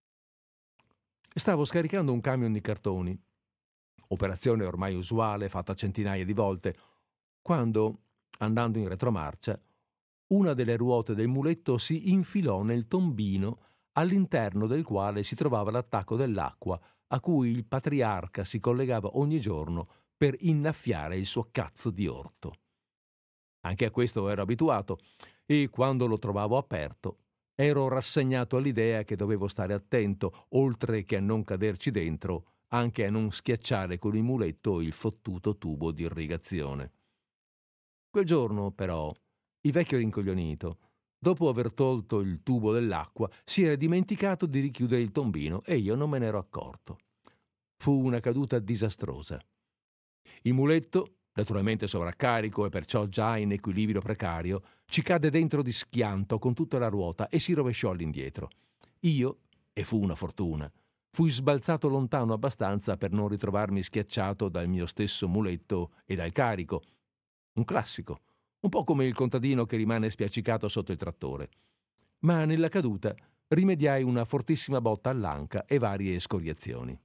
Stavo scaricando un camion di cartoni, operazione ormai usuale fatta centinaia di volte, quando, andando in retromarcia, una delle ruote del muletto si infilò nel tombino all'interno del quale si trovava l'attacco dell'acqua a cui il patriarca si collegava ogni giorno per innaffiare il suo cazzo di orto. Anche a questo ero abituato e quando lo trovavo aperto ero rassegnato all'idea che dovevo stare attento, oltre che a non caderci dentro, anche a non schiacciare con il muletto il fottuto tubo di irrigazione. Quel giorno, però, il vecchio rincoglionito, dopo aver tolto il tubo dell'acqua, si era dimenticato di richiudere il tombino e io non me ne ero accorto. Fu una caduta disastrosa. Il muletto, naturalmente sovraccarico e perciò già in equilibrio precario, ci cadde dentro di schianto con tutta la ruota e si rovesciò all'indietro. Io, e fu una fortuna, fui sbalzato lontano abbastanza per non ritrovarmi schiacciato dal mio stesso muletto e dal carico. Un classico, un po' come il contadino che rimane spiaccicato sotto il trattore. Ma nella caduta rimediai una fortissima botta all'anca e varie escoriazioni.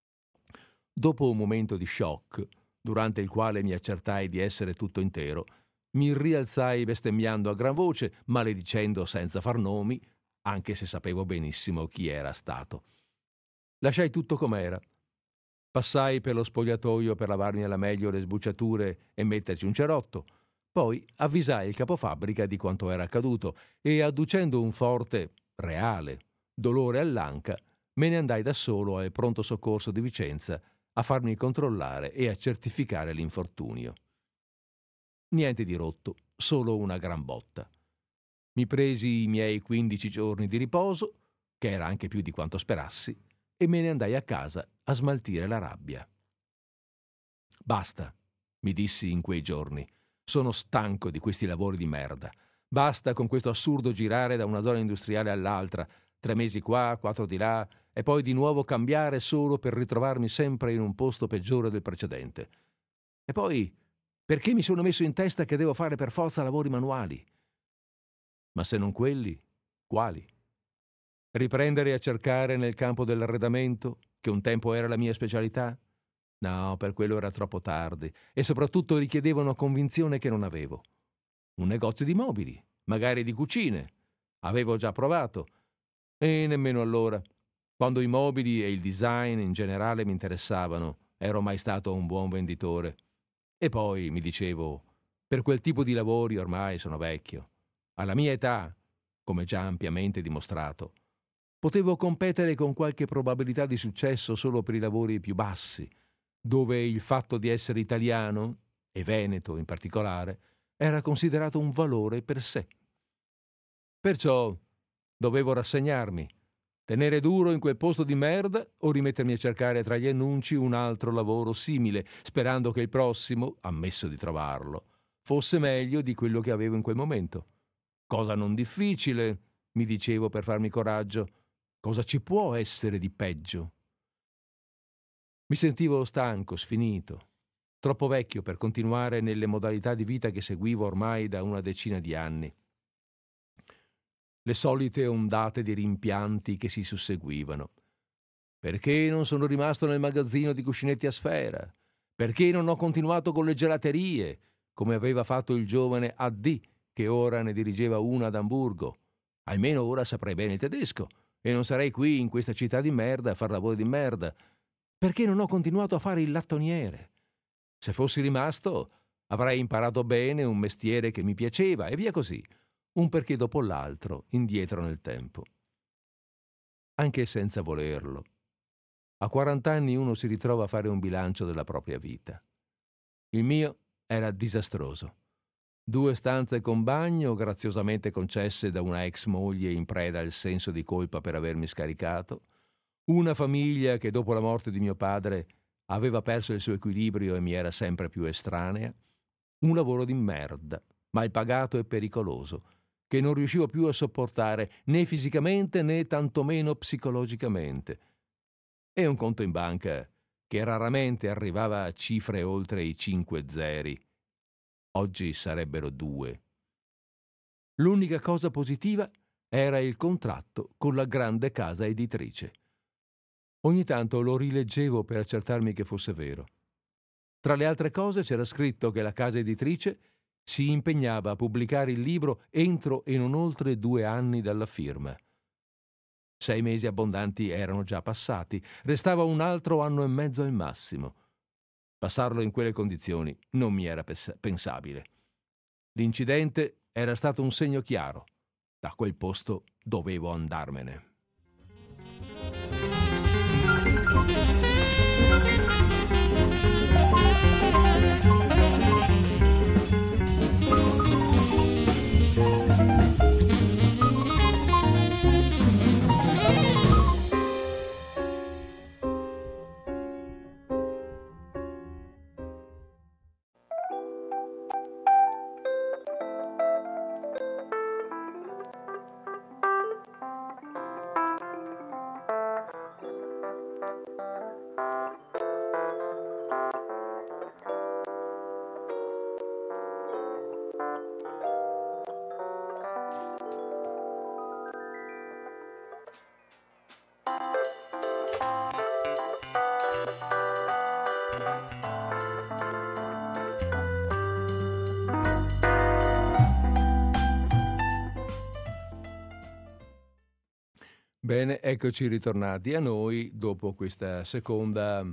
Dopo un momento di shock, durante il quale mi accertai di essere tutto intero, mi rialzai bestemmiando a gran voce, maledicendo senza far nomi, anche se sapevo benissimo chi era stato. Lasciai tutto com'era. Passai per lo spogliatoio per lavarmi alla meglio le sbucciature e metterci un cerotto. Poi avvisai il capofabbrica di quanto era accaduto e, adducendo un forte, reale, dolore all'anca, me ne andai da solo al pronto soccorso di Vicenza a farmi controllare e a certificare l'infortunio. Niente di rotto, solo una gran botta. Mi presi i miei quindici giorni di riposo, che era anche più di quanto sperassi, e me ne andai a casa a smaltire la rabbia. Basta, mi dissi in quei giorni. Sono stanco di questi lavori di merda. Basta con questo assurdo girare da una zona industriale all'altra, tre mesi qua, quattro di là, e poi di nuovo cambiare solo per ritrovarmi sempre in un posto peggiore del precedente. E poi, perché mi sono messo in testa che devo fare per forza lavori manuali? Ma se non quelli, quali? Riprendere a cercare nel campo dell'arredamento, che un tempo era la mia specialità? No, per quello era troppo tardi e soprattutto richiedeva una convinzione che non avevo. Un negozio di mobili, magari di cucine. Avevo già provato. E nemmeno allora. Quando i mobili e il design in generale mi interessavano, ero mai stato un buon venditore. E poi, mi dicevo, per quel tipo di lavori ormai sono vecchio. Alla mia età, come già ampiamente dimostrato, potevo competere con qualche probabilità di successo solo per i lavori più bassi, dove il fatto di essere italiano, e veneto in particolare, era considerato un valore per sé. Perciò dovevo rassegnarmi, tenere duro in quel posto di merda o rimettermi a cercare tra gli annunci un altro lavoro simile, sperando che il prossimo, ammesso di trovarlo, fosse meglio di quello che avevo in quel momento. Cosa non difficile, mi dicevo per farmi coraggio. Cosa ci può essere di peggio? Mi sentivo stanco, sfinito, troppo vecchio per continuare nelle modalità di vita che seguivo ormai da una decina di anni. Le solite ondate di rimpianti che si susseguivano. Perché non sono rimasto nel magazzino di cuscinetti a sfera? Perché non ho continuato con le gelaterie, come aveva fatto il giovane A D, che ora ne dirigeva una ad Amburgo? Almeno ora saprei bene il tedesco e non sarei qui in questa città di merda a far lavori di merda. Perché non ho continuato a fare il lattoniere? Se fossi rimasto, avrei imparato bene un mestiere che mi piaceva e via così, un perché dopo l'altro, indietro nel tempo. Anche senza volerlo. A quaranta anni uno si ritrova a fare un bilancio della propria vita. Il mio era disastroso. Due stanze con bagno, graziosamente concesse da una ex moglie in preda al senso di colpa per avermi scaricato, una famiglia che dopo la morte di mio padre aveva perso il suo equilibrio e mi era sempre più estranea, un lavoro di merda, mal pagato e pericoloso, che non riuscivo più a sopportare né fisicamente né tantomeno psicologicamente, e un conto in banca che raramente arrivava a cifre oltre i cinque zeri. Oggi sarebbero due. L'unica cosa positiva era il contratto con la grande casa editrice. Ogni tanto lo rileggevo per accertarmi che fosse vero. Tra le altre cose c'era scritto che la casa editrice si impegnava a pubblicare il libro entro e non oltre due anni dalla firma. Sei mesi abbondanti erano già passati, restava un altro anno e mezzo al massimo. Passarlo in quelle condizioni non mi era pens- pensabile. L'incidente era stato un segno chiaro. Da quel posto dovevo andarmene. Bene, eccoci ritornati a noi dopo questa seconda,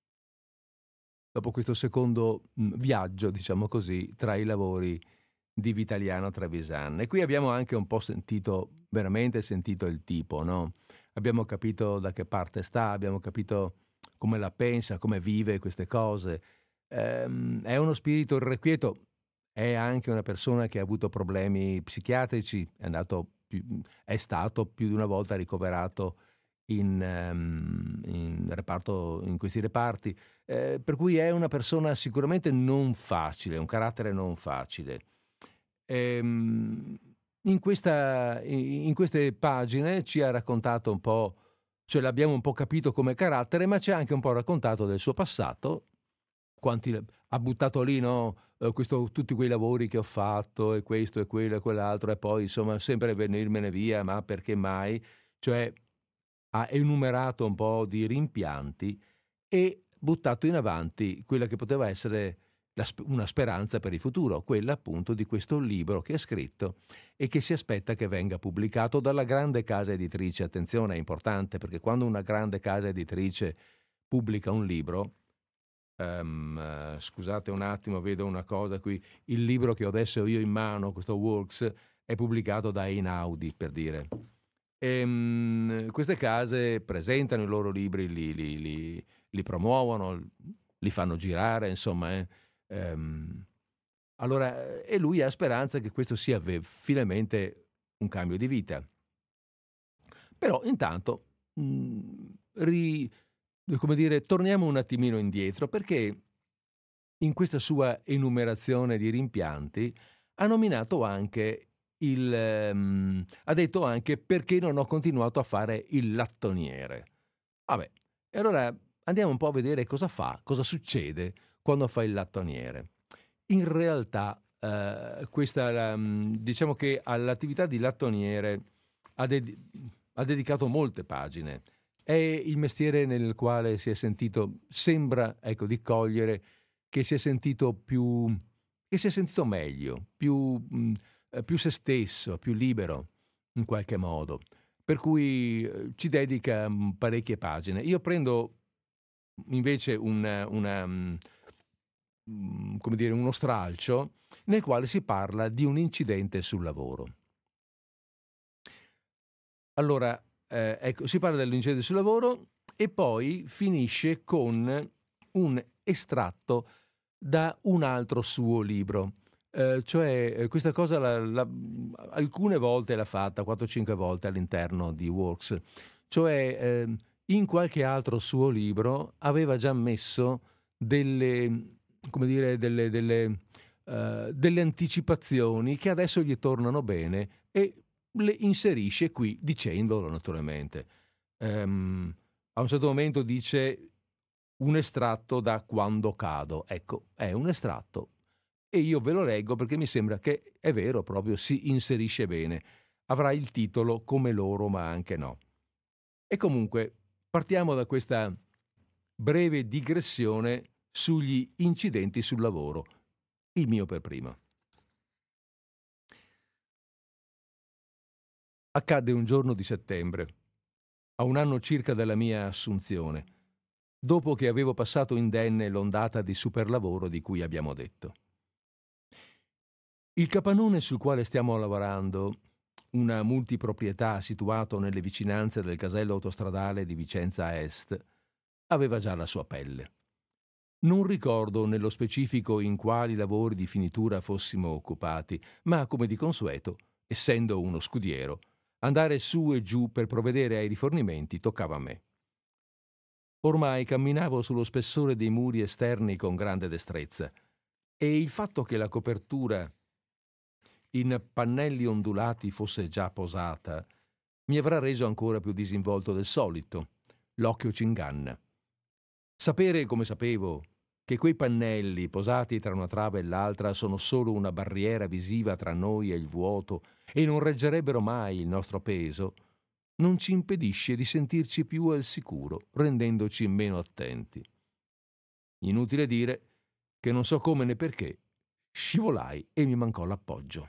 dopo questo secondo mh, viaggio, diciamo così, tra i lavori di Vitaliano Trevisan. E qui abbiamo anche un po' sentito, veramente sentito il tipo, no? Abbiamo capito da che parte sta, abbiamo capito come la pensa, come vive queste cose. Ehm, è uno spirito irrequieto, è anche una persona che ha avuto problemi psichiatrici, è andato più- è stato più di una volta ricoverato in, ehm, in reparto, in questi reparti, eh, per cui è una persona sicuramente non facile, un carattere non facile. Ehm, in, questa, in queste pagine ci ha raccontato un po', cioè l'abbiamo un po' capito come carattere, ma ci ha anche un po' raccontato del suo passato, quanti ha buttato lì, no? Eh, questo, tutti quei lavori che ho fatto, e questo e quello e quell'altro, e poi insomma sempre venirmene via, ma perché mai? Cioè ha enumerato un po' di rimpianti e buttato in avanti quella che poteva essere la, una speranza per il futuro, quella appunto di questo libro che ha scritto e che si aspetta che venga pubblicato dalla grande casa editrice. Attenzione, è importante, perché quando una grande casa editrice pubblica un libro, um, uh, scusate un attimo, vedo una cosa qui, il libro che ho adesso io in mano, questo Works, è pubblicato da Einaudi, per dire. E, um, queste case presentano i loro libri, li, li, li, li promuovono, li fanno girare, insomma, eh. Um, Allora, e lui ha speranza che questo sia ve finalmente un cambio di vita. Però intanto, mhmm, ri come dire, torniamo un attimino indietro, perché in questa sua enumerazione di rimpianti ha nominato anche il mhmm, ha detto anche: "Perché non ho continuato a fare il lattoniere". Vabbè, e allora andiamo un po' a vedere cosa fa, cosa succede quando fa il lattoniere. In realtà, ehm, questa la mhmm, diciamo che all'attività di lattoniere ha dedi ha dedicato molte pagine. È il mestiere nel quale si è sentito sembra, ecco, di cogliere che si è sentito più che si è sentito meglio, più mhmm, ehm, più se stesso, più libero in qualche modo. Per cui, uhm, ci dedica, mhmm, parecchie pagine. Io prendo invece un una mhmm, mhmm, come dire, uno stralcio nel quale si parla di un incidente sul lavoro. Allora, ehm, ecco, si parla dell'incidente sul lavoro e poi finisce con un estratto da un altro suo libro. Ehm, cioè, ehm, questa cosa la la mhmm, alcune volte l'ha fatta, quattro o cinque volte all'interno di Works. Cioè, ehm, in qualche altro suo libro aveva già messo delle come dire, delle delle ehm, delle anticipazioni che adesso gli tornano bene e le inserisce qui dicendolo naturalmente. Ehm, a un certo momento dice: "Un estratto da Quando cado". Ecco, è un estratto e io ve lo leggo perché mi sembra che è vero, proprio si inserisce bene. Avrà il titolo "Come loro, ma anche no". E comunque partiamo da questa breve digressione sugli incidenti sul lavoro, il mio per primo. Accadde un giorno di settembre, a un anno circa dalla mia assunzione, dopo che avevo passato indenne l'ondata di superlavoro di cui abbiamo detto. Il capannone sul quale stiamo lavorando, una multiproprietà situato nelle vicinanze del casello autostradale di Vicenza Est, aveva già la sua pelle. Non ricordo nello specifico in quali lavori di finitura fossimo occupati, ma come di consueto, essendo uno scudiero, andare su e giù per provvedere ai rifornimenti toccava a me. Ormai camminavo sullo spessore dei muri esterni con grande destrezza e il fatto che la copertura in pannelli ondulati fosse già posata mi avrà reso ancora più disinvolto del solito. L'occhio c'inganna. Sapere, come sapevo, che quei pannelli posati tra una trave e l'altra sono solo una barriera visiva tra noi e il vuoto e non reggerebbero mai il nostro peso, non ci impedisce di sentirci più al sicuro, rendendoci meno attenti. Inutile dire che non so come né perché scivolai e mi mancò l'appoggio.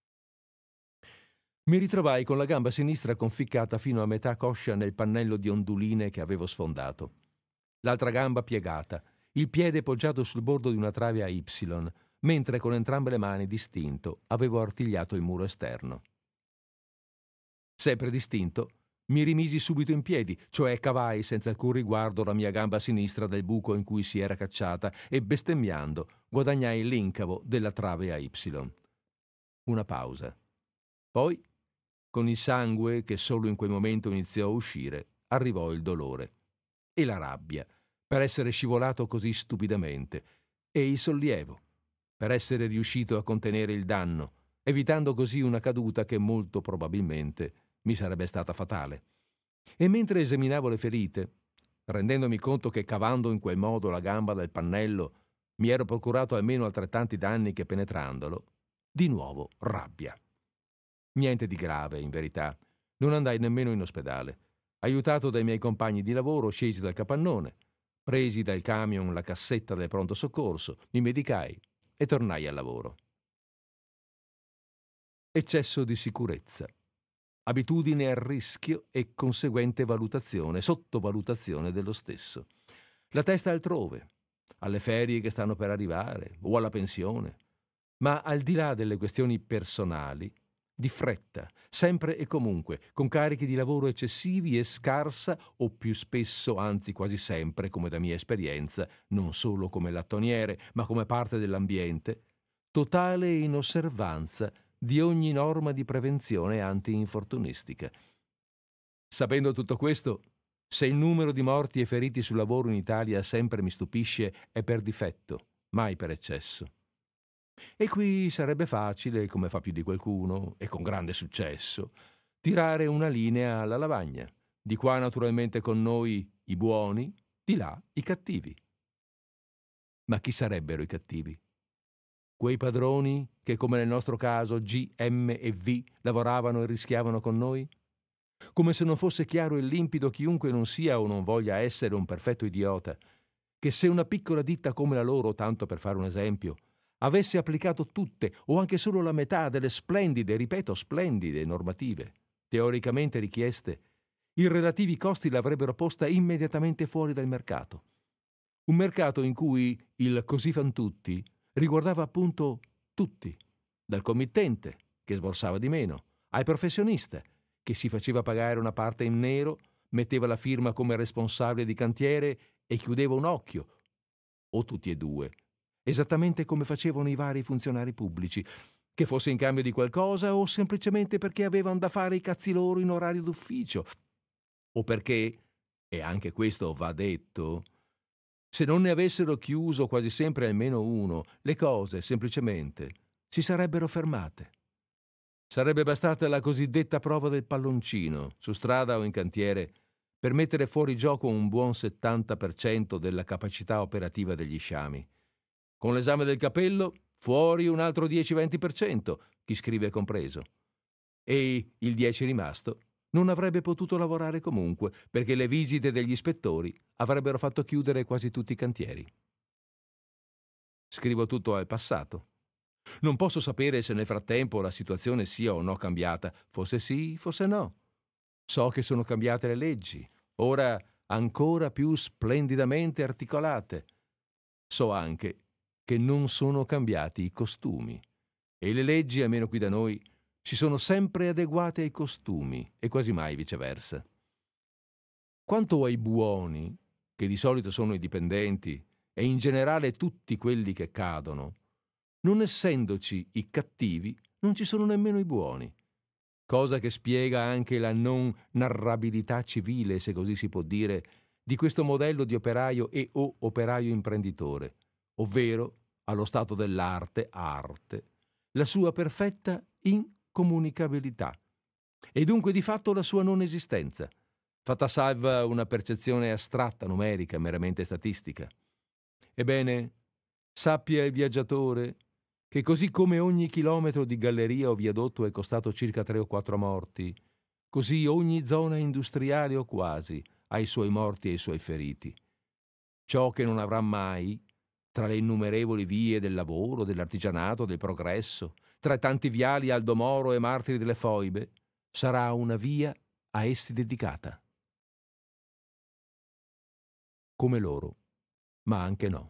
Mi ritrovai con la gamba sinistra conficcata fino a metà coscia nel pannello di onduline che avevo sfondato. L'altra gamba piegata, il piede poggiato sul bordo di una trave a Y, mentre con entrambe le mani distinto avevo artigliato il muro esterno. Sempre distinto, mi rimisi subito in piedi, cioè cavai senza alcun riguardo la mia gamba sinistra dal buco in cui si era cacciata e bestemmiando guadagnai l'incavo della trave a Y. Una pausa. Poi, con il sangue che solo in quel momento iniziò a uscire, arrivò il dolore e la rabbia per essere scivolato così stupidamente e il sollievo per essere riuscito a contenere il danno, evitando così una caduta che molto probabilmente mi sarebbe stata fatale. E mentre esaminavo le ferite, rendendomi conto che cavando in quel modo la gamba dal pannello mi ero procurato almeno altrettanti danni che penetrandolo, di nuovo rabbia. Niente di grave, in verità. Non andai nemmeno in ospedale. Aiutato dai miei compagni di lavoro, scesi dal capannone, presi dal camion la cassetta del pronto soccorso, mi medicai e tornai al lavoro. Eccesso di sicurezza, abitudine al rischio e conseguente valutazione, sottovalutazione dello stesso. La testa altrove, alle ferie che stanno per arrivare o alla pensione. Ma al di là delle questioni personali, di fretta, sempre e comunque, con carichi di lavoro eccessivi e scarsa, o più spesso, anzi quasi sempre, come da mia esperienza, non solo come lattoniere, ma come parte dell'ambiente, totale inosservanza di ogni norma di prevenzione anti-infortunistica. Sapendo tutto questo, se il numero di morti e feriti sul lavoro in Italia sempre mi stupisce, è per difetto, mai per eccesso. E qui sarebbe facile, come fa più di qualcuno, e con grande successo, tirare una linea alla lavagna. Di qua naturalmente con noi i buoni, di là i cattivi. Ma chi sarebbero i cattivi? Quei padroni che, come nel nostro caso, G, M e V lavoravano e rischiavano con noi? Come se non fosse chiaro e limpido chiunque non sia o non voglia essere un perfetto idiota, che se una piccola ditta come la loro, tanto per fare un esempio, avesse applicato tutte o anche solo la metà delle splendide, ripeto splendide, normative, teoricamente richieste, i relativi costi l'avrebbero posta immediatamente fuori dal mercato. Un mercato in cui il così fan tutti riguardava appunto tutti, dal committente, che sborsava di meno, al professionista, che si faceva pagare una parte in nero, metteva la firma come responsabile di cantiere e chiudeva un occhio, o tutti e due, esattamente come facevano i vari funzionari pubblici, che fosse in cambio di qualcosa o semplicemente perché avevano da fare i cazzi loro in orario d'ufficio, o perché, e anche questo va detto, se non ne avessero chiuso quasi sempre almeno uno, le cose semplicemente si sarebbero fermate. Sarebbe bastata la cosiddetta prova del palloncino, su strada o in cantiere, per mettere fuori gioco un buon settanta per cento della capacità operativa degli sciami. Con l'esame del capello, fuori un altro dieci-venti per cento, chi scrive compreso. E il dieci rimasto non avrebbe potuto lavorare comunque, perché le visite degli ispettori avrebbero fatto chiudere quasi tutti i cantieri. Scrivo tutto al passato. Non posso sapere se nel frattempo la situazione sia o no cambiata. Forse sì, forse no. So che sono cambiate le leggi, ora ancora più splendidamente articolate. So anche che non sono cambiati i costumi. E le leggi, almeno qui da noi, si sono sempre adeguate ai costumi e quasi mai viceversa. Quanto ai buoni, che di solito sono i dipendenti e in generale tutti quelli che cadono, non essendoci i cattivi, non ci sono nemmeno i buoni, cosa che spiega anche la non narrabilità civile, se così si può dire, di questo modello di operaio e o operaio imprenditore, ovvero, allo stato dell'arte, arte, la sua perfetta incomunicabilità e dunque di fatto la sua non esistenza, fatta salva una percezione astratta, numerica, meramente statistica. Ebbene, sappia il viaggiatore che così come ogni chilometro di galleria o viadotto è costato circa tre o quattro morti, così ogni zona industriale o quasi ha i suoi morti e i suoi feriti. Ciò che non avrà mai, tra le innumerevoli vie del lavoro, dell'artigianato, del progresso, tra i tanti viali Aldo Moro e martiri delle foibe, sarà una via a essi dedicata. Come loro, ma anche no.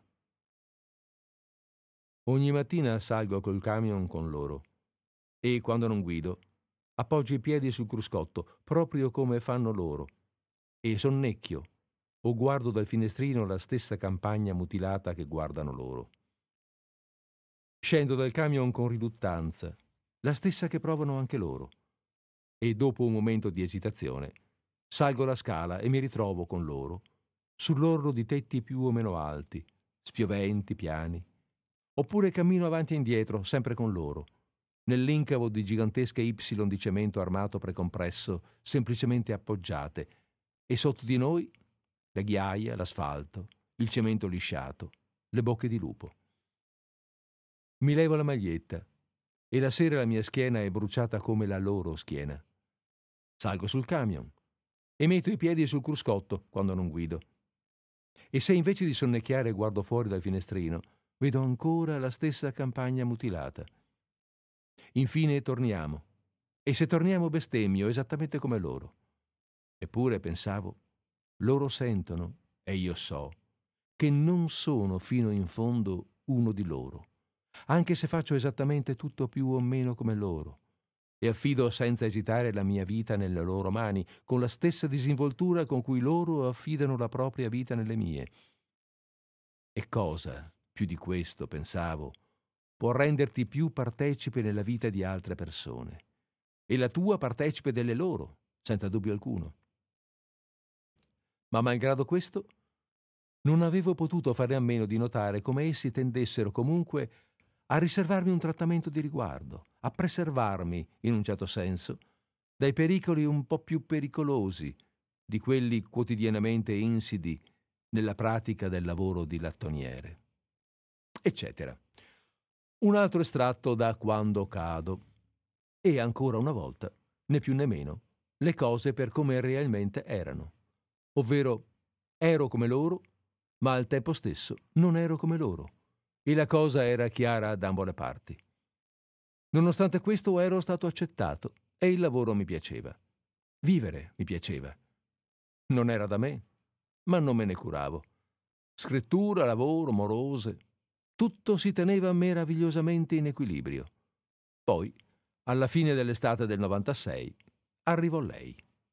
Ogni mattina salgo col camion con loro e, quando non guido, appoggio i piedi sul cruscotto, proprio come fanno loro, e sonnecchio o guardo dal finestrino la stessa campagna mutilata che guardano loro. Scendo dal camion con riduttanza, la stessa che provano anche loro, e dopo un momento di esitazione salgo la scala e mi ritrovo con loro sull'orlo di tetti più o meno alti, spioventi, piani, oppure cammino avanti e indietro, sempre con loro, nell'incavo di gigantesche Y di cemento armato precompresso, semplicemente appoggiate, e sotto di noi le ghiaia, l'asfalto, il cemento lisciato, le bocche di lupo. Mi levo la maglietta e la sera la mia schiena è bruciata come la loro schiena. Salgo sul camion e metto i piedi sul cruscotto quando non guido. E se invece di sonnecchiare guardo fuori dal finestrino, vedo ancora la stessa campagna mutilata. Infine torniamo. E se torniamo bestemmio esattamente come loro. Eppure, pensavo, loro sentono, e io so, che non sono fino in fondo uno di loro, anche se faccio esattamente tutto più o meno come loro, e affido senza esitare la mia vita nelle loro mani, con la stessa disinvoltura con cui loro affidano la propria vita nelle mie. E cosa, più di questo, pensavo, può renderti più partecipe nella vita di altre persone e la tua partecipe delle loro, senza dubbio alcuno. Ma malgrado questo, non avevo potuto fare a meno di notare come essi tendessero comunque a riservarmi un trattamento di riguardo, a preservarmi, in un certo senso, dai pericoli un po' più pericolosi di quelli quotidianamente insidi nella pratica del lavoro di lattoniere, eccetera. Un altro estratto da Quando cado. E ancora una volta, né più né meno, le cose per come realmente erano. Ovvero, ero come loro, ma al tempo stesso non ero come loro. E la cosa era chiara da ambo le parti. Nonostante questo ero stato accettato e il lavoro mi piaceva. Vivere mi piaceva. Non era da me, ma non me ne curavo. Scrittura, lavoro, morose, tutto si teneva meravigliosamente in equilibrio. Poi, alla fine dell'estate del novantasei, arrivò lei.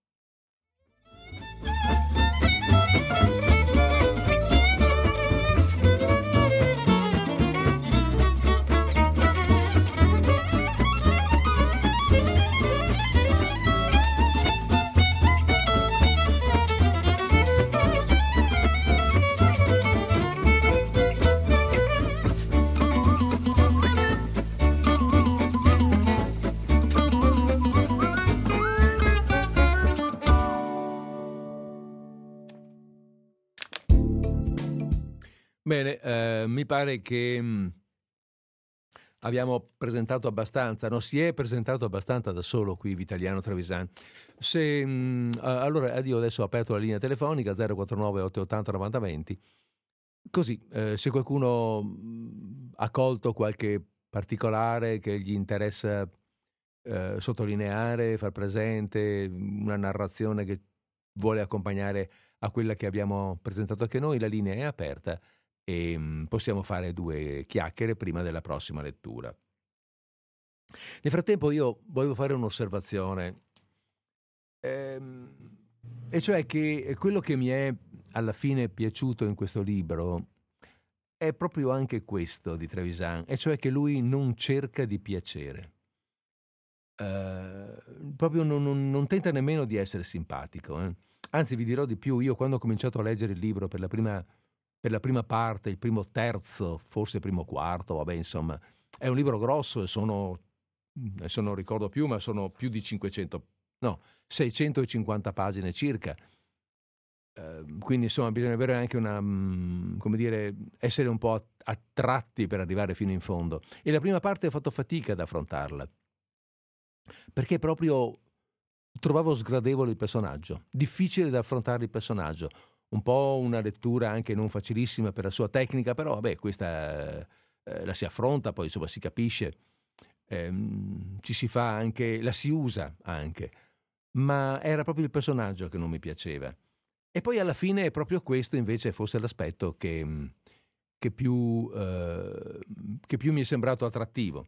Bene, eh, mi pare che mh, abbiamo presentato abbastanza, no? Si è presentato abbastanza da solo qui Vitaliano Trevisan. Se, mh, allora io adesso ho aperto la linea telefonica zero quattro nove otto otto zero nove zero due zero, così eh, se qualcuno mh, ha colto qualche particolare che gli interessa eh, sottolineare, far presente, una narrazione che vuole accompagnare a quella che abbiamo presentato anche noi, la linea è aperta e mh, possiamo fare due chiacchiere prima della prossima lettura. Nel frattempo io volevo fare un'osservazione, ehm, e cioè che quello che mi è alla fine piaciuto in questo libro è proprio anche questo di Trevisan, e cioè che lui non cerca di piacere. Eh, proprio non, non, non tenta nemmeno di essere simpatico. Eh. Anzi, vi dirò di più, io quando ho cominciato a leggere il libro per la prima per la prima parte, il primo terzo, forse il primo quarto, vabbè, insomma, è un libro grosso e sono, adesso non ricordo più, ma sono più di cinquecento, no, seicentocinquanta pagine circa. Eh, quindi, insomma, bisogna avere anche una, come dire, essere un po' attratti per arrivare fino in fondo. E la prima parte ho fatto fatica ad affrontarla, perché proprio trovavo sgradevole il personaggio, difficile da affrontare il personaggio. Un po' una lettura anche non facilissima per la sua tecnica, però vabbè, questa eh, la si affronta, poi insomma si capisce, ehm, ci si fa anche, la si usa anche, ma era proprio il personaggio che non mi piaceva. E poi alla fine è proprio questo invece forse l'aspetto che, che, più, eh, che più mi è sembrato attrattivo.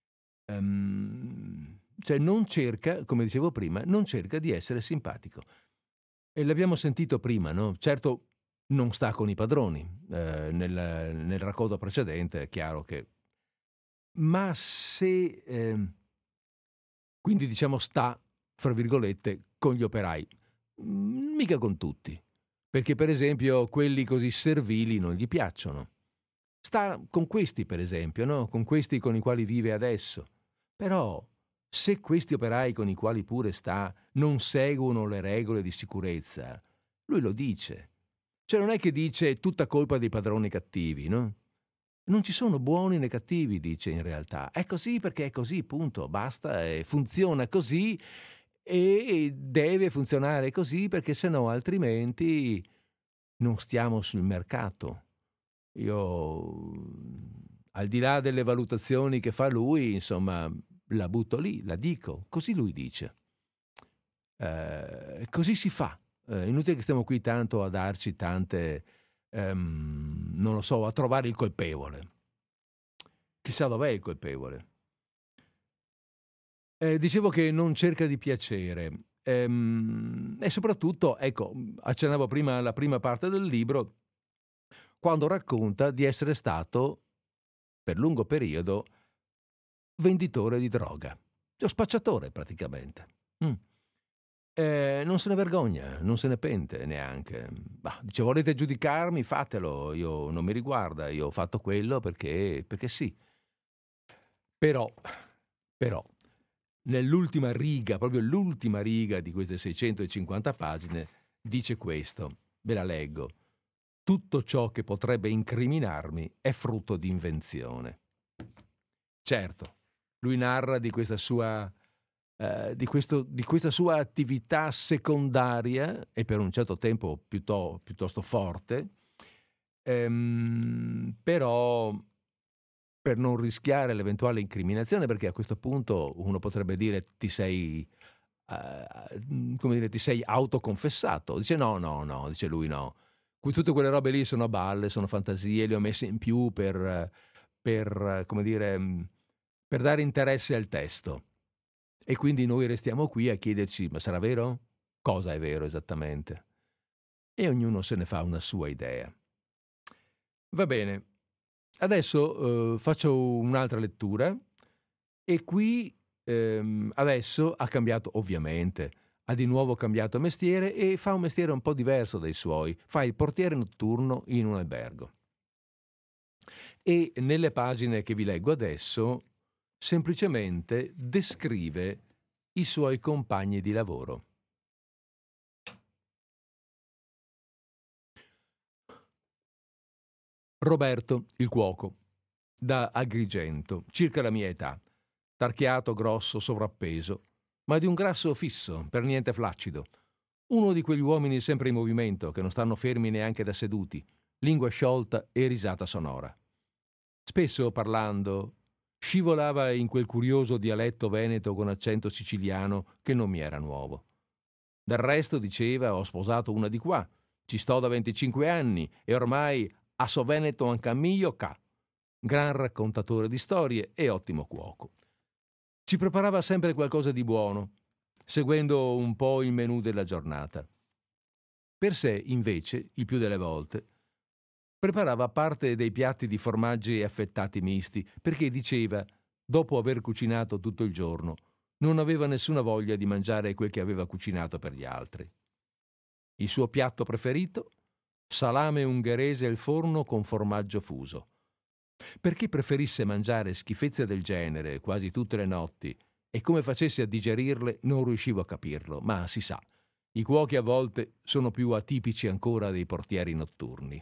Um, cioè non cerca, come dicevo prima, non cerca di essere simpatico. E l'abbiamo sentito prima, no? Certo non sta con i padroni, eh, nel, nel racconto precedente è chiaro che... Ma se... Eh, quindi diciamo sta, fra virgolette, con gli operai, mica con tutti, perché per esempio quelli così servili non gli piacciono. Sta con questi per esempio, no? Con questi con i quali vive adesso. Però se questi operai con i quali pure sta non seguono le regole di sicurezza, lui lo dice. Cioè non è che dice tutta colpa dei padroni cattivi, no? Non ci sono buoni né cattivi, dice in realtà. È così perché è così, punto, basta, e funziona così e deve funzionare così perché sennò altrimenti non stiamo sul mercato. Io, al di là delle valutazioni che fa lui, insomma, la butto lì, la dico, così lui dice. Eh, così si fa. Eh, inutile che stiamo qui tanto a darci tante, ehm, non lo so, a trovare il colpevole. Chissà dov'è il colpevole. Eh, dicevo che non cerca di piacere. Ehm, e soprattutto, ecco, accennavo prima alla prima parte del libro, quando racconta di essere stato per lungo periodo venditore di droga, lo spacciatore praticamente. Mm. Eh, non se ne vergogna, non se ne pente neanche. Bah, dice, volete giudicarmi? Fatelo, io non mi riguarda, io ho fatto quello perché, perché sì. Però, però, nell'ultima riga, proprio l'ultima riga di queste seicentocinquanta pagine, dice questo, ve la leggo. Tutto ciò che potrebbe incriminarmi è frutto di invenzione. Certo, lui narra di questa sua, eh, di questo, di questa sua attività secondaria e per un certo tempo piuttosto, piuttosto forte, ehm, però per non rischiare l'eventuale incriminazione, perché a questo punto uno potrebbe dire ti sei, uh, come dire, ti sei autoconfessato. Dice no, no, no, dice lui no. Tutte quelle robe lì sono balle, sono fantasie, le ho messe in più per, per, come dire, per dare interesse al testo. E quindi noi restiamo qui a chiederci, ma sarà vero? Cosa è vero esattamente? E ognuno se ne fa una sua idea. Va bene. Adesso eh, faccio un'altra lettura e qui ehm, adesso ha cambiato, ovviamente, ha di nuovo cambiato mestiere e fa un mestiere un po' diverso dai suoi, fa il portiere notturno in un albergo. E nelle pagine che vi leggo adesso semplicemente descrive i suoi compagni di lavoro. Roberto, il cuoco, da Agrigento, circa la mia età, tarchiato, grosso, sovrappeso, ma di un grasso fisso, per niente flaccido. Uno di quegli uomini sempre in movimento, che non stanno fermi neanche da seduti, lingua sciolta e risata sonora. Spesso, parlando, scivolava in quel curioso dialetto veneto con accento siciliano che non mi era nuovo. Del resto, diceva, ho sposato una di qua, ci sto da venticinque anni e ormai a so veneto anche a mio ca. Gran raccontatore di storie e ottimo cuoco. Ci preparava sempre qualcosa di buono, seguendo un po' il menù della giornata. Per sé, invece, il più delle volte, preparava parte dei piatti di formaggi e affettati misti, perché diceva, dopo aver cucinato tutto il giorno, non aveva nessuna voglia di mangiare quel che aveva cucinato per gli altri. Il suo piatto preferito? Salame ungherese al forno con formaggio fuso. Perché preferisse mangiare schifezze del genere quasi tutte le notti e come facesse a digerirle non riuscivo a capirlo, ma si sa, i cuochi a volte sono più atipici ancora dei portieri notturni.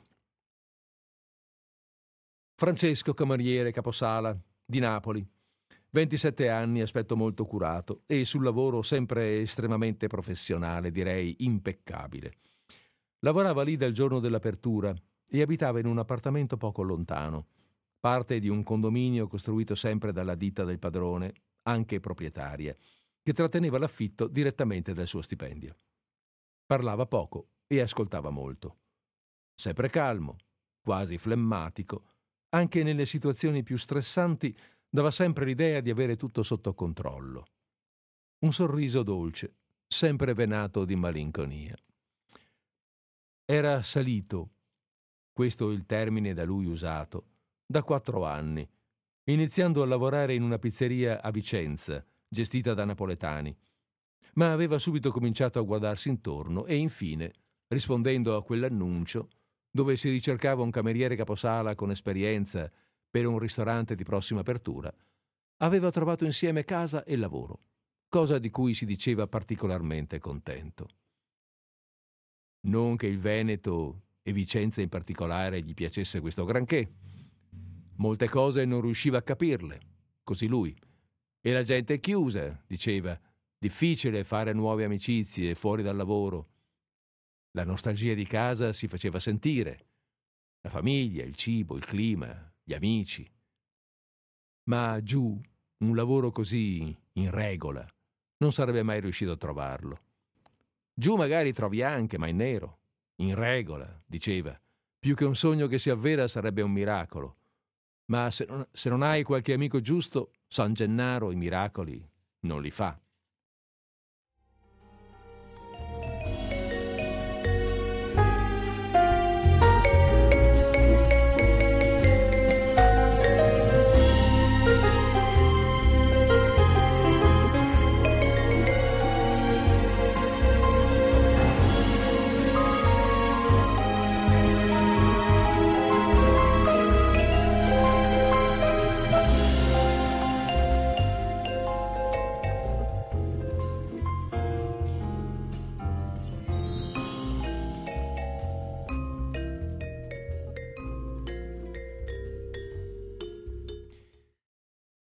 Francesco, cameriere caposala, di Napoli. ventisette anni, aspetto molto curato e sul lavoro sempre estremamente professionale, direi impeccabile. Lavorava lì dal giorno dell'apertura e abitava in un appartamento poco lontano, parte di un condominio costruito sempre dalla ditta del padrone, anche proprietaria, che tratteneva l'affitto direttamente dal suo stipendio. Parlava poco e ascoltava molto. Sempre calmo, quasi flemmatico, anche nelle situazioni più stressanti dava sempre l'idea di avere tutto sotto controllo. Un sorriso dolce, sempre venato di malinconia. Era salito, questo è il termine da lui usato, da quattro anni, iniziando a lavorare in una pizzeria a Vicenza, gestita da napoletani. Ma aveva subito cominciato a guardarsi intorno e infine, rispondendo a quell'annuncio, dove si ricercava un cameriere caposala con esperienza per un ristorante di prossima apertura, aveva trovato insieme casa e lavoro, cosa di cui si diceva particolarmente contento. Non che il Veneto e Vicenza in particolare gli piacesse questo granché. Molte cose non riusciva a capirle, così lui. E la gente è chiusa, diceva, difficile fare nuove amicizie fuori dal lavoro. La nostalgia di casa si faceva sentire, la famiglia, il cibo, il clima, gli amici. Ma giù, un lavoro così in regola, non sarebbe mai riuscito a trovarlo. Giù magari trovi anche, ma in nero, in regola, diceva. Più che un sogno che si avvera sarebbe un miracolo. Ma se non, se non hai qualche amico giusto, San Gennaro i miracoli non li fa.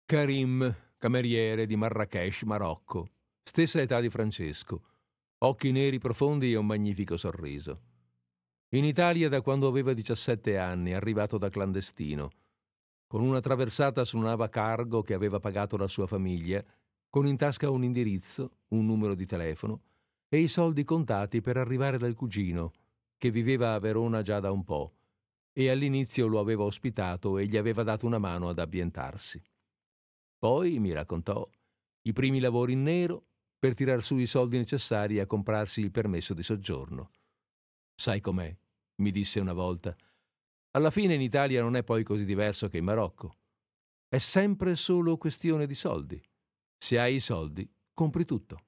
Karim, cameriere di Marrakech, Marocco, stessa età di Francesco, occhi neri profondi e un magnifico sorriso. In Italia da quando aveva diciassette anni, arrivato da clandestino, con una traversata su una nave cargo che aveva pagato la sua famiglia, con in tasca un indirizzo, un numero di telefono e i soldi contati per arrivare dal cugino, che viveva a Verona già da un po', e all'inizio lo aveva ospitato e gli aveva dato una mano ad ambientarsi. Poi, mi raccontò, i primi lavori in nero per tirar su i soldi necessari a comprarsi il permesso di soggiorno. Sai com'è, mi disse una volta. Alla fine in Italia non è poi così diverso che in Marocco. È sempre solo questione di soldi. Se hai i soldi, compri tutto.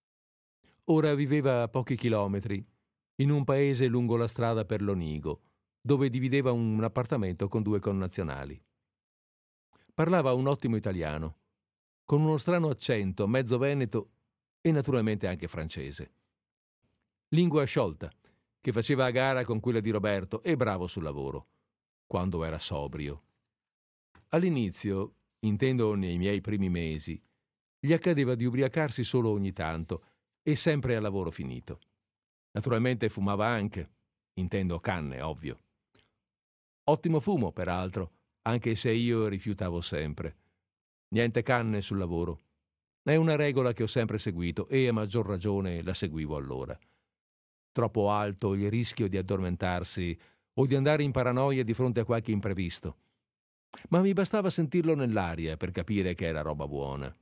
Ora viveva a pochi chilometri, in un paese lungo la strada per l'Onigo, dove divideva un appartamento con due connazionali. Parlava un ottimo italiano, con uno strano accento, mezzo veneto e naturalmente anche francese. Lingua sciolta, che faceva a gara con quella di Roberto e bravo sul lavoro, quando era sobrio. All'inizio, intendo nei miei primi mesi, gli accadeva di ubriacarsi solo ogni tanto e sempre a lavoro finito. Naturalmente fumava anche, intendo canne, ovvio. Ottimo fumo, peraltro, anche se io rifiutavo sempre. Niente canne sul lavoro. È una regola che ho sempre seguito e a maggior ragione la seguivo allora. Troppo alto il rischio di addormentarsi o di andare in paranoia di fronte a qualche imprevisto. Ma mi bastava sentirlo nell'aria per capire che era roba buona.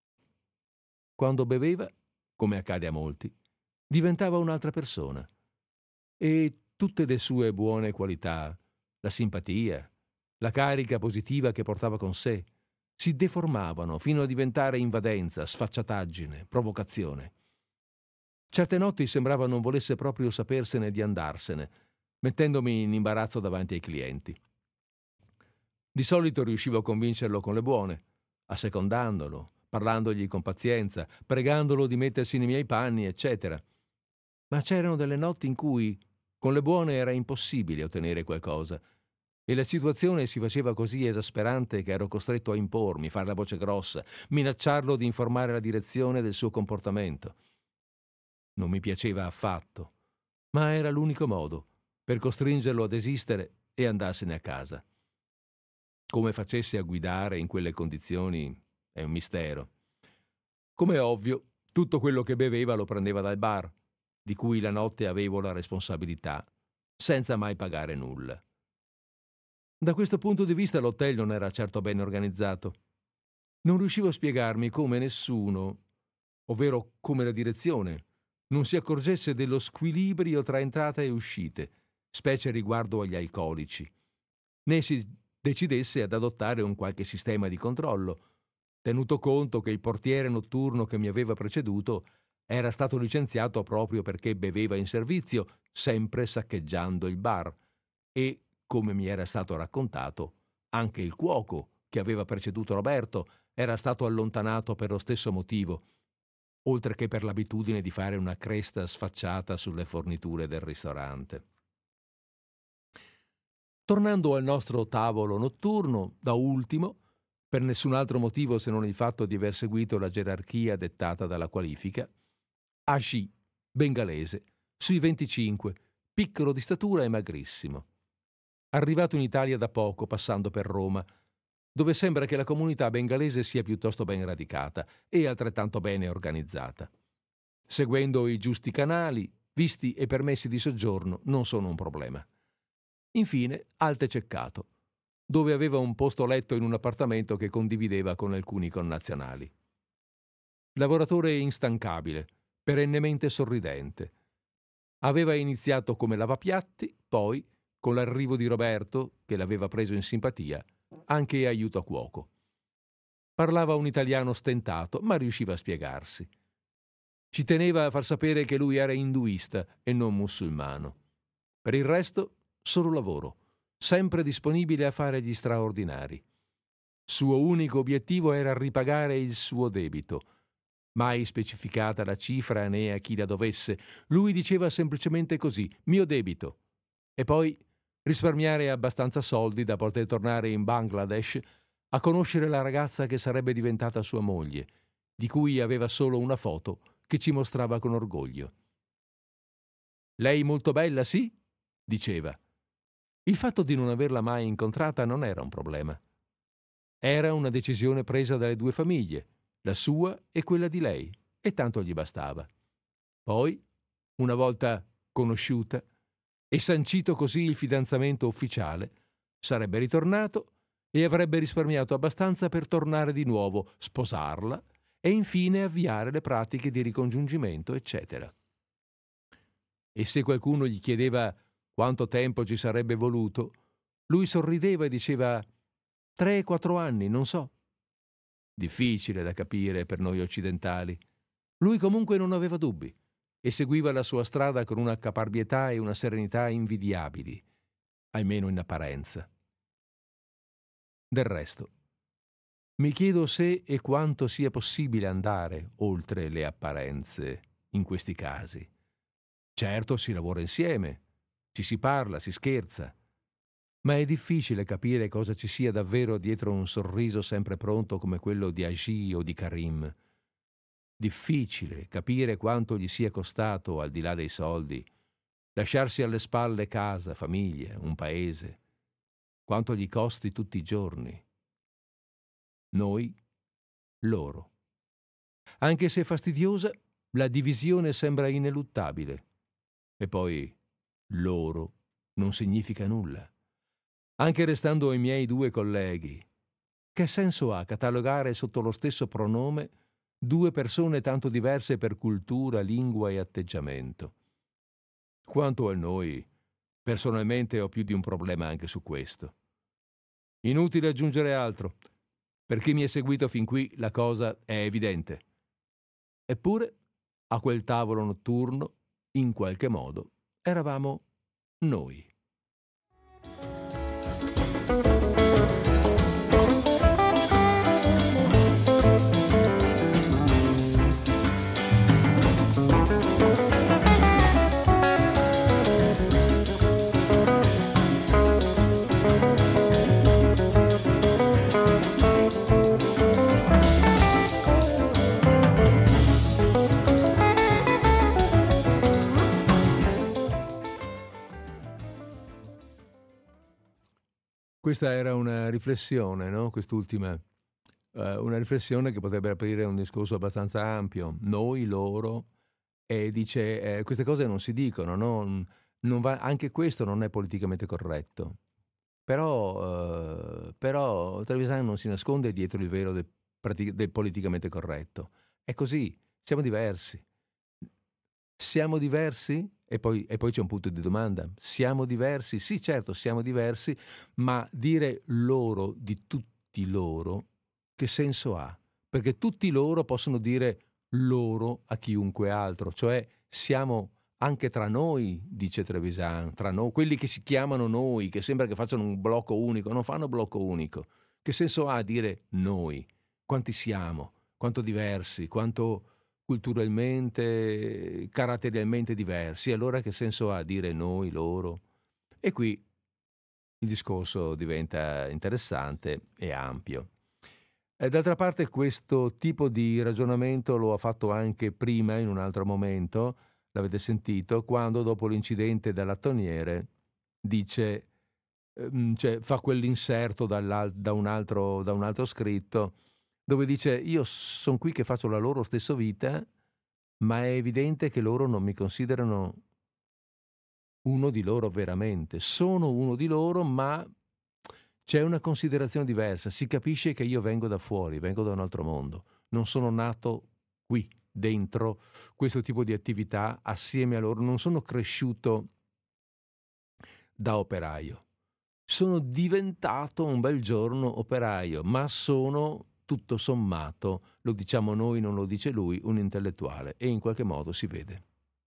Quando beveva, come accade a molti, diventava un'altra persona. E tutte le sue buone qualità, la simpatia, la carica positiva che portava con sé, si deformavano fino a diventare invadenza, sfacciataggine, provocazione. Certe notti sembrava non volesse proprio sapersene di andarsene, mettendomi in imbarazzo davanti ai clienti. Di solito riuscivo a convincerlo con le buone, assecondandolo, parlandogli con pazienza, pregandolo di mettersi nei miei panni, eccetera. Ma c'erano delle notti in cui, con le buone, era impossibile ottenere qualcosa, e la situazione si faceva così esasperante che ero costretto a impormi, far la voce grossa, minacciarlo di informare la direzione del suo comportamento. Non mi piaceva affatto, ma era l'unico modo per costringerlo a desistere e andarsene a casa. Come facesse a guidare in quelle condizioni è un mistero. Come è ovvio, tutto quello che beveva lo prendeva dal bar, di cui la notte avevo la responsabilità, senza mai pagare nulla. Da questo punto di vista l'hotel non era certo ben organizzato. Non riuscivo a spiegarmi come nessuno, ovvero come la direzione, non si accorgesse dello squilibrio tra entrate e uscite, specie riguardo agli alcolici, né si decidesse ad adottare un qualche sistema di controllo, tenuto conto che il portiere notturno che mi aveva preceduto era stato licenziato proprio perché beveva in servizio, sempre saccheggiando il bar, e, come mi era stato raccontato, anche il cuoco che aveva preceduto Roberto era stato allontanato per lo stesso motivo, oltre che per l'abitudine di fare una cresta sfacciata sulle forniture del ristorante. Tornando al nostro tavolo notturno, da ultimo, per nessun altro motivo se non il fatto di aver seguito la gerarchia dettata dalla qualifica, Haji, bengalese, sui venticinque, piccolo di statura e magrissimo. Arrivato in Italia da poco, passando per Roma, dove sembra che la comunità bengalese sia piuttosto ben radicata e altrettanto bene organizzata. Seguendo i giusti canali, visti e permessi di soggiorno non sono un problema. Infine, Alte Ceccato, dove aveva un posto letto in un appartamento che condivideva con alcuni connazionali. Lavoratore instancabile, perennemente sorridente. Aveva iniziato come lavapiatti, poi, con l'arrivo di Roberto, che l'aveva preso in simpatia, anche aiuto a cuoco. Parlava un italiano stentato, ma riusciva a spiegarsi. Ci teneva a far sapere che lui era induista e non musulmano. Per il resto, solo lavoro, sempre disponibile a fare gli straordinari. Suo unico obiettivo era ripagare il suo debito. Mai specificata la cifra né a chi la dovesse, lui diceva semplicemente così, mio debito. E poi risparmiare abbastanza soldi da poter tornare in Bangladesh a conoscere la ragazza che sarebbe diventata sua moglie, di cui aveva solo una foto che ci mostrava con orgoglio. «Lei molto bella, sì?» diceva. Il fatto di non averla mai incontrata non era un problema. Era una decisione presa dalle due famiglie, la sua e quella di lei, e tanto gli bastava. Poi, una volta conosciuta e sancito così il fidanzamento ufficiale, sarebbe ritornato e avrebbe risparmiato abbastanza per tornare di nuovo, sposarla e infine avviare le pratiche di ricongiungimento, eccetera. E se qualcuno gli chiedeva quanto tempo ci sarebbe voluto, lui sorrideva e diceva tre, quattro anni, non so. Difficile da capire per noi occidentali. Lui comunque non aveva dubbi e seguiva la sua strada con una caparbietà e una serenità invidiabili, almeno in apparenza. Del resto, mi chiedo se e quanto sia possibile andare oltre le apparenze in questi casi. Certo, si lavora insieme, ci si parla, si scherza, ma è difficile capire cosa ci sia davvero dietro un sorriso sempre pronto come quello di Agi o di Karim. Difficile capire quanto gli sia costato, al di là dei soldi, lasciarsi alle spalle casa, famiglia, un paese, quanto gli costi tutti i giorni. Noi, loro. Anche se fastidiosa, la divisione sembra ineluttabile. E poi loro non significa nulla. Anche restando ai miei due colleghi, che senso ha catalogare sotto lo stesso pronome due persone tanto diverse per cultura, lingua e atteggiamento? Quanto a noi, personalmente ho più di un problema anche su questo. Inutile aggiungere altro. Per chi mi ha seguito fin qui la cosa è evidente. Eppure, a quel tavolo notturno, in qualche modo, eravamo noi. Questa era una riflessione, no? Quest'ultima, uh, una riflessione che potrebbe aprire un discorso abbastanza ampio. Noi, loro, e dice, eh, queste cose non si dicono, no? Non va, anche questo non è politicamente corretto. Però, uh, però Trevisan non si nasconde dietro il velo del, prati- del politicamente corretto. È così, siamo diversi. Siamo diversi? E poi, e poi c'è un punto di domanda. Siamo diversi? Sì, certo, siamo diversi, ma dire loro di tutti loro, che senso ha? Perché tutti loro possono dire loro a chiunque altro, cioè siamo anche tra noi, dice Trevisan, tra noi, quelli che si chiamano noi, che sembra che facciano un blocco unico, non fanno blocco unico. Che senso ha dire noi? Quanti siamo? Quanto diversi? Quanto culturalmente, caratterialmente diversi? Allora che senso ha dire noi, loro? E qui il discorso diventa interessante e ampio. E d'altra parte questo tipo di ragionamento lo ha fatto anche prima, in un altro momento, l'avete sentito, quando dopo l'incidente della lattoniere dice, ehm, cioè fa quell'inserto dall'al- da, un altro, da un altro scritto, dove dice io sono qui che faccio la loro stessa vita, ma è evidente che loro non mi considerano uno di loro veramente. Sono uno di loro, ma c'è una considerazione diversa. Si capisce che io vengo da fuori, vengo da un altro mondo. Non sono nato qui, dentro questo tipo di attività, assieme a loro. Non sono cresciuto da operaio. Sono diventato un bel giorno operaio, ma sono tutto sommato, lo diciamo noi, non lo dice lui, un intellettuale, e in qualche modo si vede.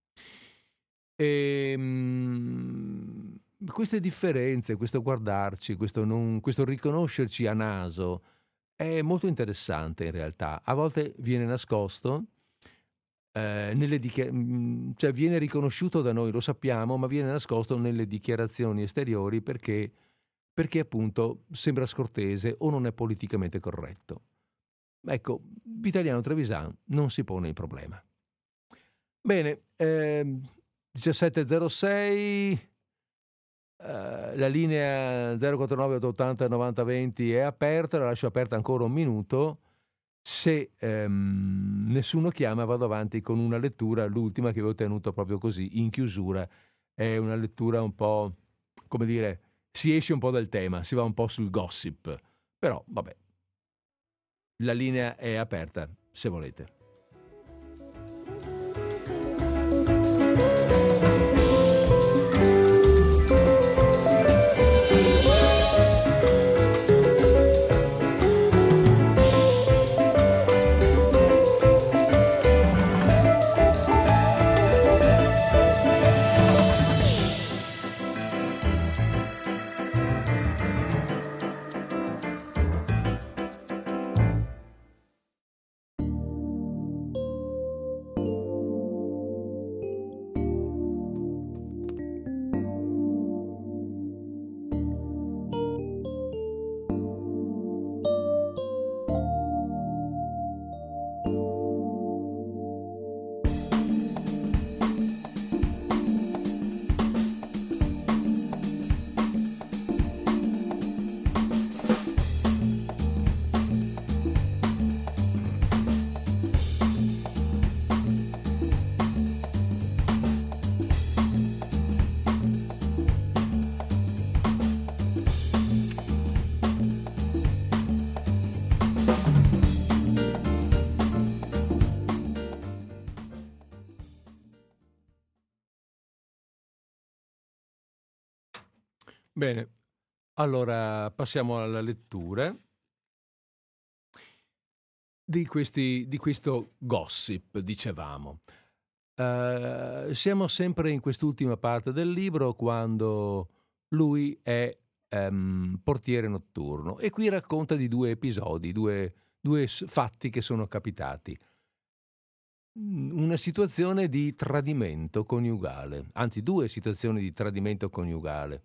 E, mh, queste differenze, questo guardarci, questo, non, questo riconoscerci a naso è molto interessante in realtà. A volte viene nascosto, eh, nelle dichi- mh, cioè viene riconosciuto da noi, lo sappiamo, ma viene nascosto nelle dichiarazioni esteriori perché perché appunto sembra scortese o non è politicamente corretto. Ecco, Vitaliano Trevisan non si pone il problema. Bene, ehm, diciassette e zero sei, eh, la linea zero quattro nove otto otto zero novanta venti è aperta, la lascio aperta ancora un minuto. Se ehm, nessuno chiama vado avanti con una lettura, l'ultima che avevo tenuto proprio così, in chiusura. È una lettura un po', come dire, si esce un po' dal tema, si va un po' sul gossip, però vabbè, la linea è aperta se volete. Bene, allora passiamo alla lettura di, questi, di questo gossip, dicevamo. Uh, siamo sempre in quest'ultima parte del libro quando lui è um, portiere notturno e qui racconta di due episodi, due, due fatti che sono capitati. Una situazione di tradimento coniugale, anzi due situazioni di tradimento coniugale.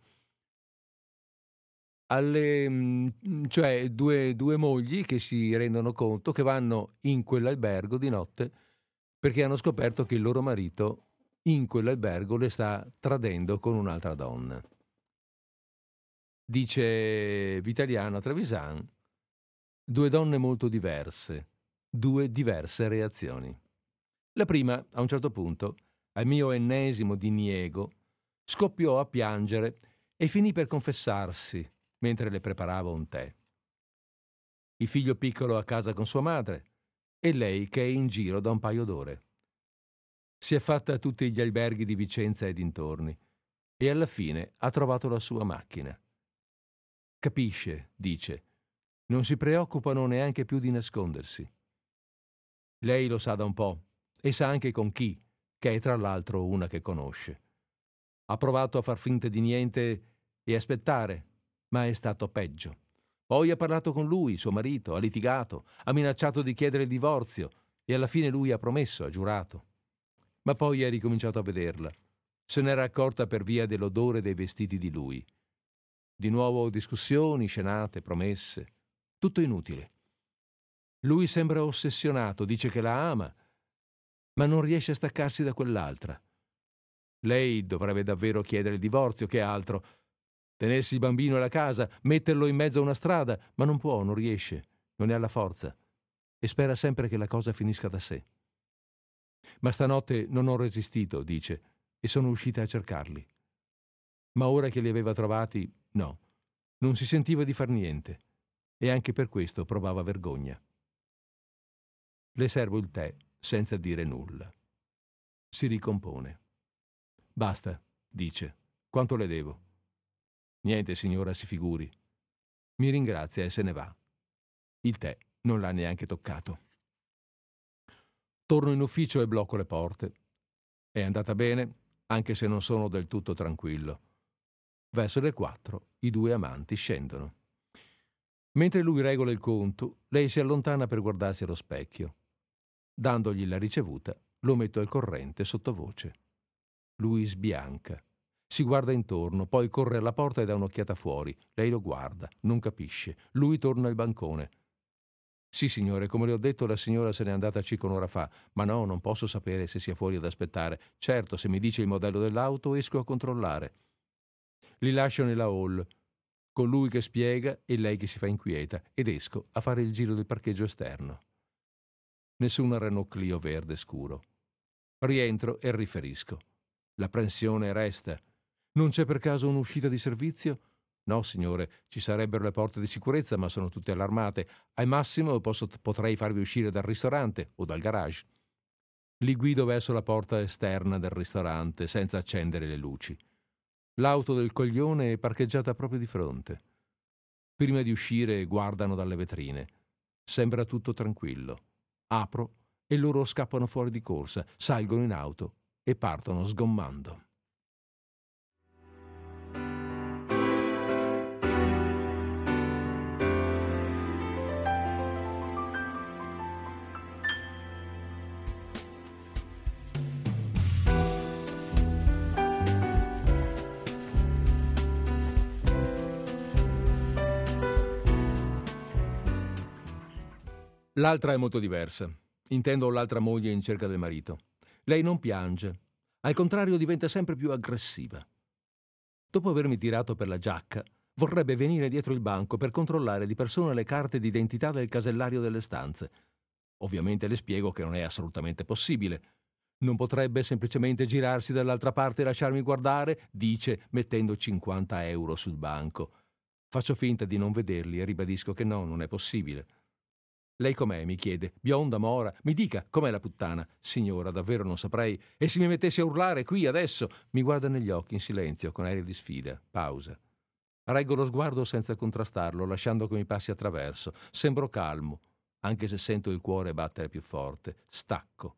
Alle, cioè due, due mogli che si rendono conto che vanno in quell'albergo di notte perché hanno scoperto che il loro marito in quell'albergo le sta tradendo con un'altra donna. Dice Vitaliano Trevisan, due donne molto diverse, due diverse reazioni. La prima, a un certo punto, al mio ennesimo diniego, scoppiò a piangere e finì per confessarsi mentre le preparava un tè. Il figlio piccolo a casa con sua madre e lei che è in giro da un paio d'ore. Si è fatta a tutti gli alberghi di Vicenza e dintorni e alla fine ha trovato la sua macchina. Capisce, dice, non si preoccupano neanche più di nascondersi. Lei lo sa da un po' e sa anche con chi, che è tra l'altro una che conosce. Ha provato a far finta di niente e aspettare, ma è stato peggio. Poi ha parlato con lui, suo marito, ha litigato, ha minacciato di chiedere il divorzio e alla fine lui ha promesso, ha giurato. Ma poi ha ricominciato a vederla. Se n'era accorta per via dell'odore dei vestiti di lui. Di nuovo discussioni, scenate, promesse. Tutto inutile. Lui sembra ossessionato, dice che la ama, ma non riesce a staccarsi da quell'altra. Lei dovrebbe davvero chiedere il divorzio, che altro. Tenersi il bambino alla casa, metterlo in mezzo a una strada, ma non può, non riesce, non ne ha la forza e spera sempre che la cosa finisca da sé. Ma stanotte non ho resistito, dice, e sono uscita a cercarli. Ma ora che li aveva trovati, no, non si sentiva di far niente e anche per questo provava vergogna. Le servo il tè senza dire nulla. Si ricompone. Basta, dice, quanto le devo? Niente, signora, si figuri. Mi ringrazia e se ne va. Il tè non l'ha neanche toccato. Torno in ufficio e blocco le porte. È andata bene, anche se non sono del tutto tranquillo. Verso le quattro i due amanti scendono. Mentre lui regola il conto, lei si allontana per guardarsi allo specchio. Dandogli la ricevuta, lo metto al corrente sottovoce. Lui sbianca. Si guarda intorno, poi corre alla porta e dà un'occhiata fuori. Lei lo guarda, non capisce. Lui torna al bancone. Sì, signore, come le ho detto, la signora se n'è andata circa un'ora fa. Ma no, non posso sapere se sia fuori ad aspettare. Certo, se mi dice il modello dell'auto, esco a controllare. Li lascio nella hall, con lui che spiega e lei che si fa inquieta, ed esco a fare il giro del parcheggio esterno. Nessuna Renault Clio verde scuro. Rientro e riferisco. L'apprensione resta. Non c'è per caso un'uscita di servizio? No, signore, ci sarebbero le porte di sicurezza, ma sono tutte allarmate. Al massimo posso, potrei farvi uscire dal ristorante o dal garage. Li guido verso la porta esterna del ristorante, senza accendere le luci. L'auto del coglione è parcheggiata proprio di fronte. Prima di uscire guardano dalle vetrine. Sembra tutto tranquillo. Apro e loro scappano fuori di corsa, salgono in auto e partono sgommando. L'altra è molto diversa. Intendo l'altra moglie in cerca del marito. Lei non piange. Al contrario, diventa sempre più aggressiva. Dopo avermi tirato per la giacca, vorrebbe venire dietro il banco per controllare di persona le carte d'identità del casellario delle stanze. Ovviamente le spiego che non è assolutamente possibile. Non potrebbe semplicemente girarsi dall'altra parte e lasciarmi guardare, dice, mettendo cinquanta euro sul banco. Faccio finta di non vederli e ribadisco che no, non è possibile. Lei com'è? Mi chiede. Bionda, mora? Mi dica, com'è la puttana? Signora, davvero non saprei. E se mi mettessi a urlare qui, adesso? Mi guarda negli occhi in silenzio, con aria di sfida. Pausa. Reggo lo sguardo senza contrastarlo, lasciando che mi passi attraverso. Sembro calmo, anche se sento il cuore battere più forte. Stacco.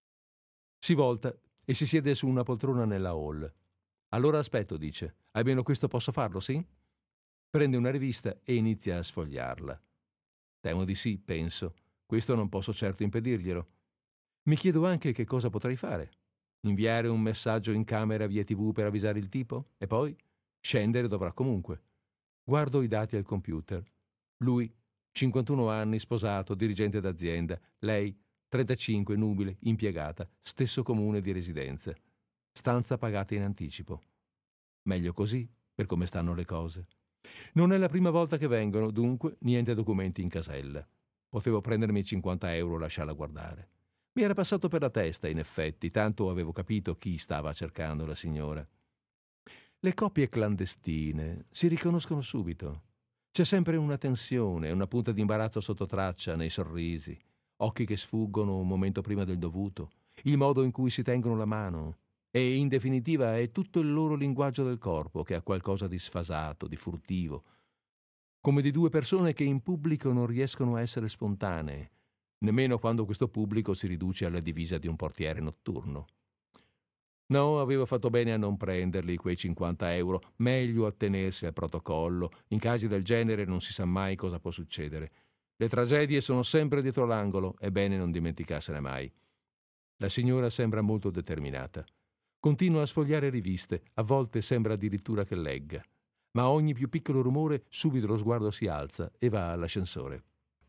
Si volta e si siede su una poltrona nella hall. Allora aspetto, dice. Almeno questo posso farlo, sì? Prende una rivista e inizia a sfogliarla. Temo di sì, penso. Questo non posso certo impedirglielo. Mi chiedo anche che cosa potrei fare. Inviare un messaggio in camera via tivù per avvisare il tipo? E poi? Scendere dovrà comunque. Guardo i dati al computer. Lui, cinquantuno anni, sposato, dirigente d'azienda. Lei, trentacinque, nubile, impiegata, stesso comune di residenza. Stanza pagata in anticipo. Meglio così, per come stanno le cose. Non è la prima volta che vengono, dunque niente documenti in casella. Potevo prendermi cinquanta euro e lasciarla guardare. Mi era passato per la testa, in effetti, tanto avevo capito chi stava cercando la signora. Le coppie clandestine si riconoscono subito. C'è sempre una tensione, una punta di imbarazzo sotto traccia nei sorrisi, occhi che sfuggono un momento prima del dovuto, il modo in cui si tengono la mano. E in definitiva è tutto il loro linguaggio del corpo che ha qualcosa di sfasato, di furtivo, come di due persone che in pubblico non riescono a essere spontanee, nemmeno quando questo pubblico si riduce alla divisa di un portiere notturno. No, avevo fatto bene a non prenderli quei cinquanta euro, meglio attenersi al protocollo, in casi del genere non si sa mai cosa può succedere. Le tragedie sono sempre dietro l'angolo, è bene non dimenticarsene mai. La signora sembra molto determinata. Continua a sfogliare riviste, a volte sembra addirittura che legga. Ma a ogni più piccolo rumore subito lo sguardo si alza e va all'ascensore.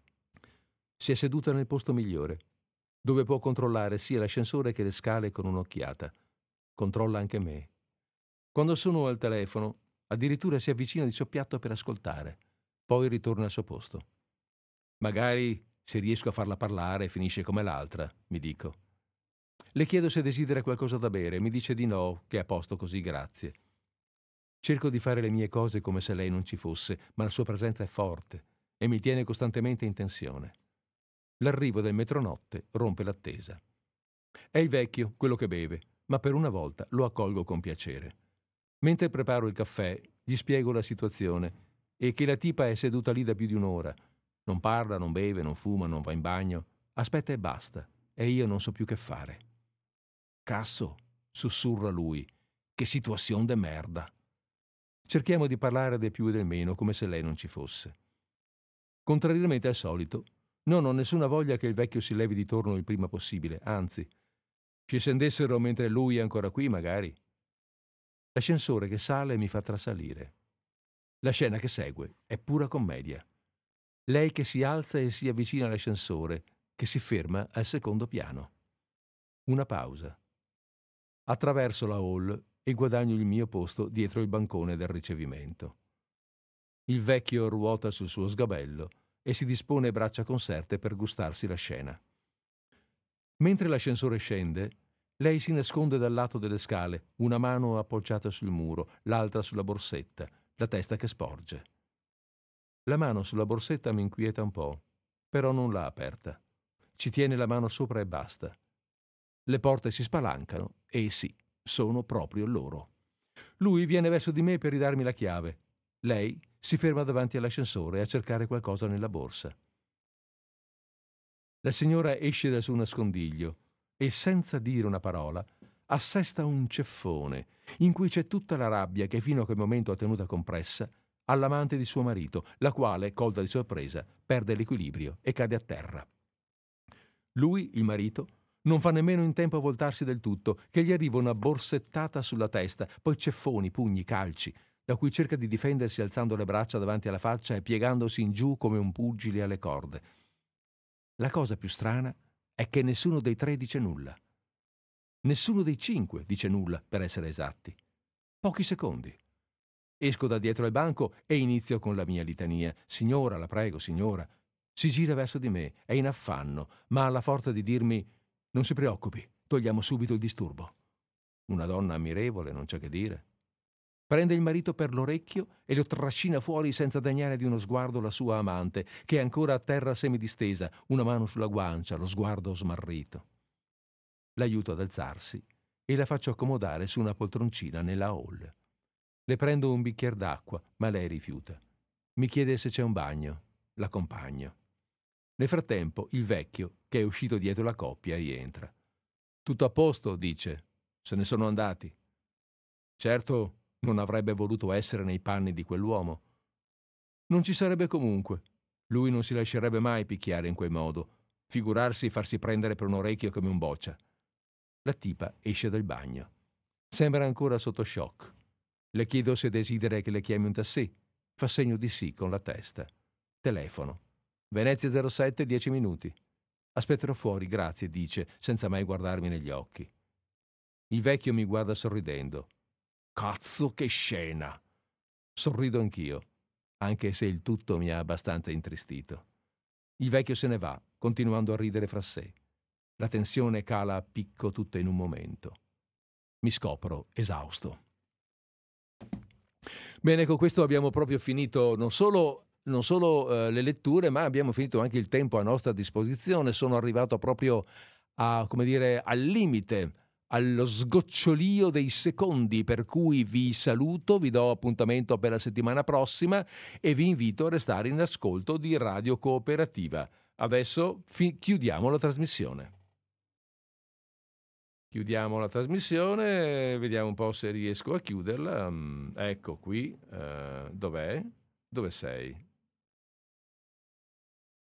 Si è seduta nel posto migliore, dove può controllare sia l'ascensore che le scale con un'occhiata. Controlla anche me. Quando sono al telefono, addirittura si avvicina di soppiatto per ascoltare. Poi ritorna al suo posto. Magari, se riesco a farla parlare, finisce come l'altra, mi dico. Le chiedo se desidera qualcosa da bere, mi dice di no, che è a posto così, grazie. Cerco di fare le mie cose come se lei non ci fosse, ma la sua presenza è forte e mi tiene costantemente in tensione. L'arrivo del metronotte rompe l'attesa. È il vecchio, quello che beve, ma per una volta lo accolgo con piacere. Mentre preparo il caffè, gli spiego la situazione e che la tipa è seduta lì da più di un'ora. Non parla, non beve, non fuma, non va in bagno. Aspetta e basta, e io non so più che fare. Casso, sussurra lui, che situazione de merda. Cerchiamo di parlare del più e del meno, come se lei non ci fosse. Contrariamente al solito, non ho nessuna voglia che il vecchio si levi di torno il prima possibile, anzi, ci scendessero mentre lui è ancora qui, magari. L'ascensore che sale mi fa trasalire. La scena che segue è pura commedia. Lei che si alza e si avvicina all'ascensore, che si ferma al secondo piano. Una pausa. Attraverso la hall e guadagno il mio posto dietro il bancone del ricevimento. Il vecchio ruota sul suo sgabello e si dispone braccia conserte per gustarsi la scena. Mentre l'ascensore scende, lei si nasconde dal lato delle scale, una mano appoggiata sul muro, l'altra sulla borsetta, la testa che sporge. La mano sulla borsetta mi inquieta un po', però non l'ha aperta. Ci tiene la mano sopra e basta. Le porte si spalancano e sì, sono proprio loro. Lui viene verso di me per ridarmi la chiave. Lei si ferma davanti all'ascensore a cercare qualcosa nella borsa. La signora esce dal suo nascondiglio e, senza dire una parola, assesta un ceffone in cui c'è tutta la rabbia che fino a quel momento ha tenuta compressa all'amante di suo marito, la quale, colta di sorpresa, perde l'equilibrio e cade a terra. Lui, il marito, non fa nemmeno in tempo a voltarsi del tutto, che gli arriva una borsettata sulla testa, poi ceffoni, pugni, calci, da cui cerca di difendersi alzando le braccia davanti alla faccia e piegandosi in giù come un pugile alle corde. La cosa più strana è che nessuno dei tre dice nulla. Nessuno dei cinque dice nulla, per essere esatti. Pochi secondi. Esco da dietro al banco e inizio con la mia litania. Signora, la prego, signora. Si gira verso di me, è in affanno, ma ha la forza di dirmi: non si preoccupi, togliamo subito il disturbo. Una donna ammirevole, non c'è che dire. Prende il marito per l'orecchio e lo trascina fuori senza degnare di uno sguardo la sua amante, che è ancora a terra semidistesa, una mano sulla guancia, lo sguardo smarrito. L'aiuto ad alzarsi e la faccio accomodare su una poltroncina nella hall. Le prendo un bicchiere d'acqua, ma lei rifiuta. Mi chiede se c'è un bagno. L'accompagno. Nel frattempo, il vecchio, che è uscito dietro la coppia, rientra. Tutto a posto, dice. Se ne sono andati. Certo, non avrebbe voluto essere nei panni di quell'uomo. Non ci sarebbe comunque. Lui non si lascerebbe mai picchiare in quel modo. Figurarsi farsi prendere per un orecchio come un boccia. La tipa esce dal bagno. Sembra ancora sotto shock. Le chiedo se desidera che le chiami un tassì. Fa segno di sì con la testa. Telefono. Venezia zero sette, dieci minuti. Aspetterò fuori, grazie, dice, senza mai guardarmi negli occhi. Il vecchio mi guarda sorridendo. Cazzo, che scena! Sorrido anch'io, anche se il tutto mi ha abbastanza intristito. Il vecchio se ne va, continuando a ridere fra sé. La tensione cala a picco tutta in un momento. Mi scopro esausto. Bene, con questo abbiamo proprio finito non solo, non solo eh, le letture, ma abbiamo finito anche il tempo a nostra disposizione. Sono arrivato proprio a, come dire, al limite, allo sgocciolio dei secondi, per cui vi saluto, vi do appuntamento per la settimana prossima e vi invito a restare in ascolto di Radio Cooperativa. Adesso fi- chiudiamo la trasmissione. Chiudiamo la trasmissione, vediamo un po' se riesco a chiuderla. Ecco qui, uh, dov'è? Dove sei?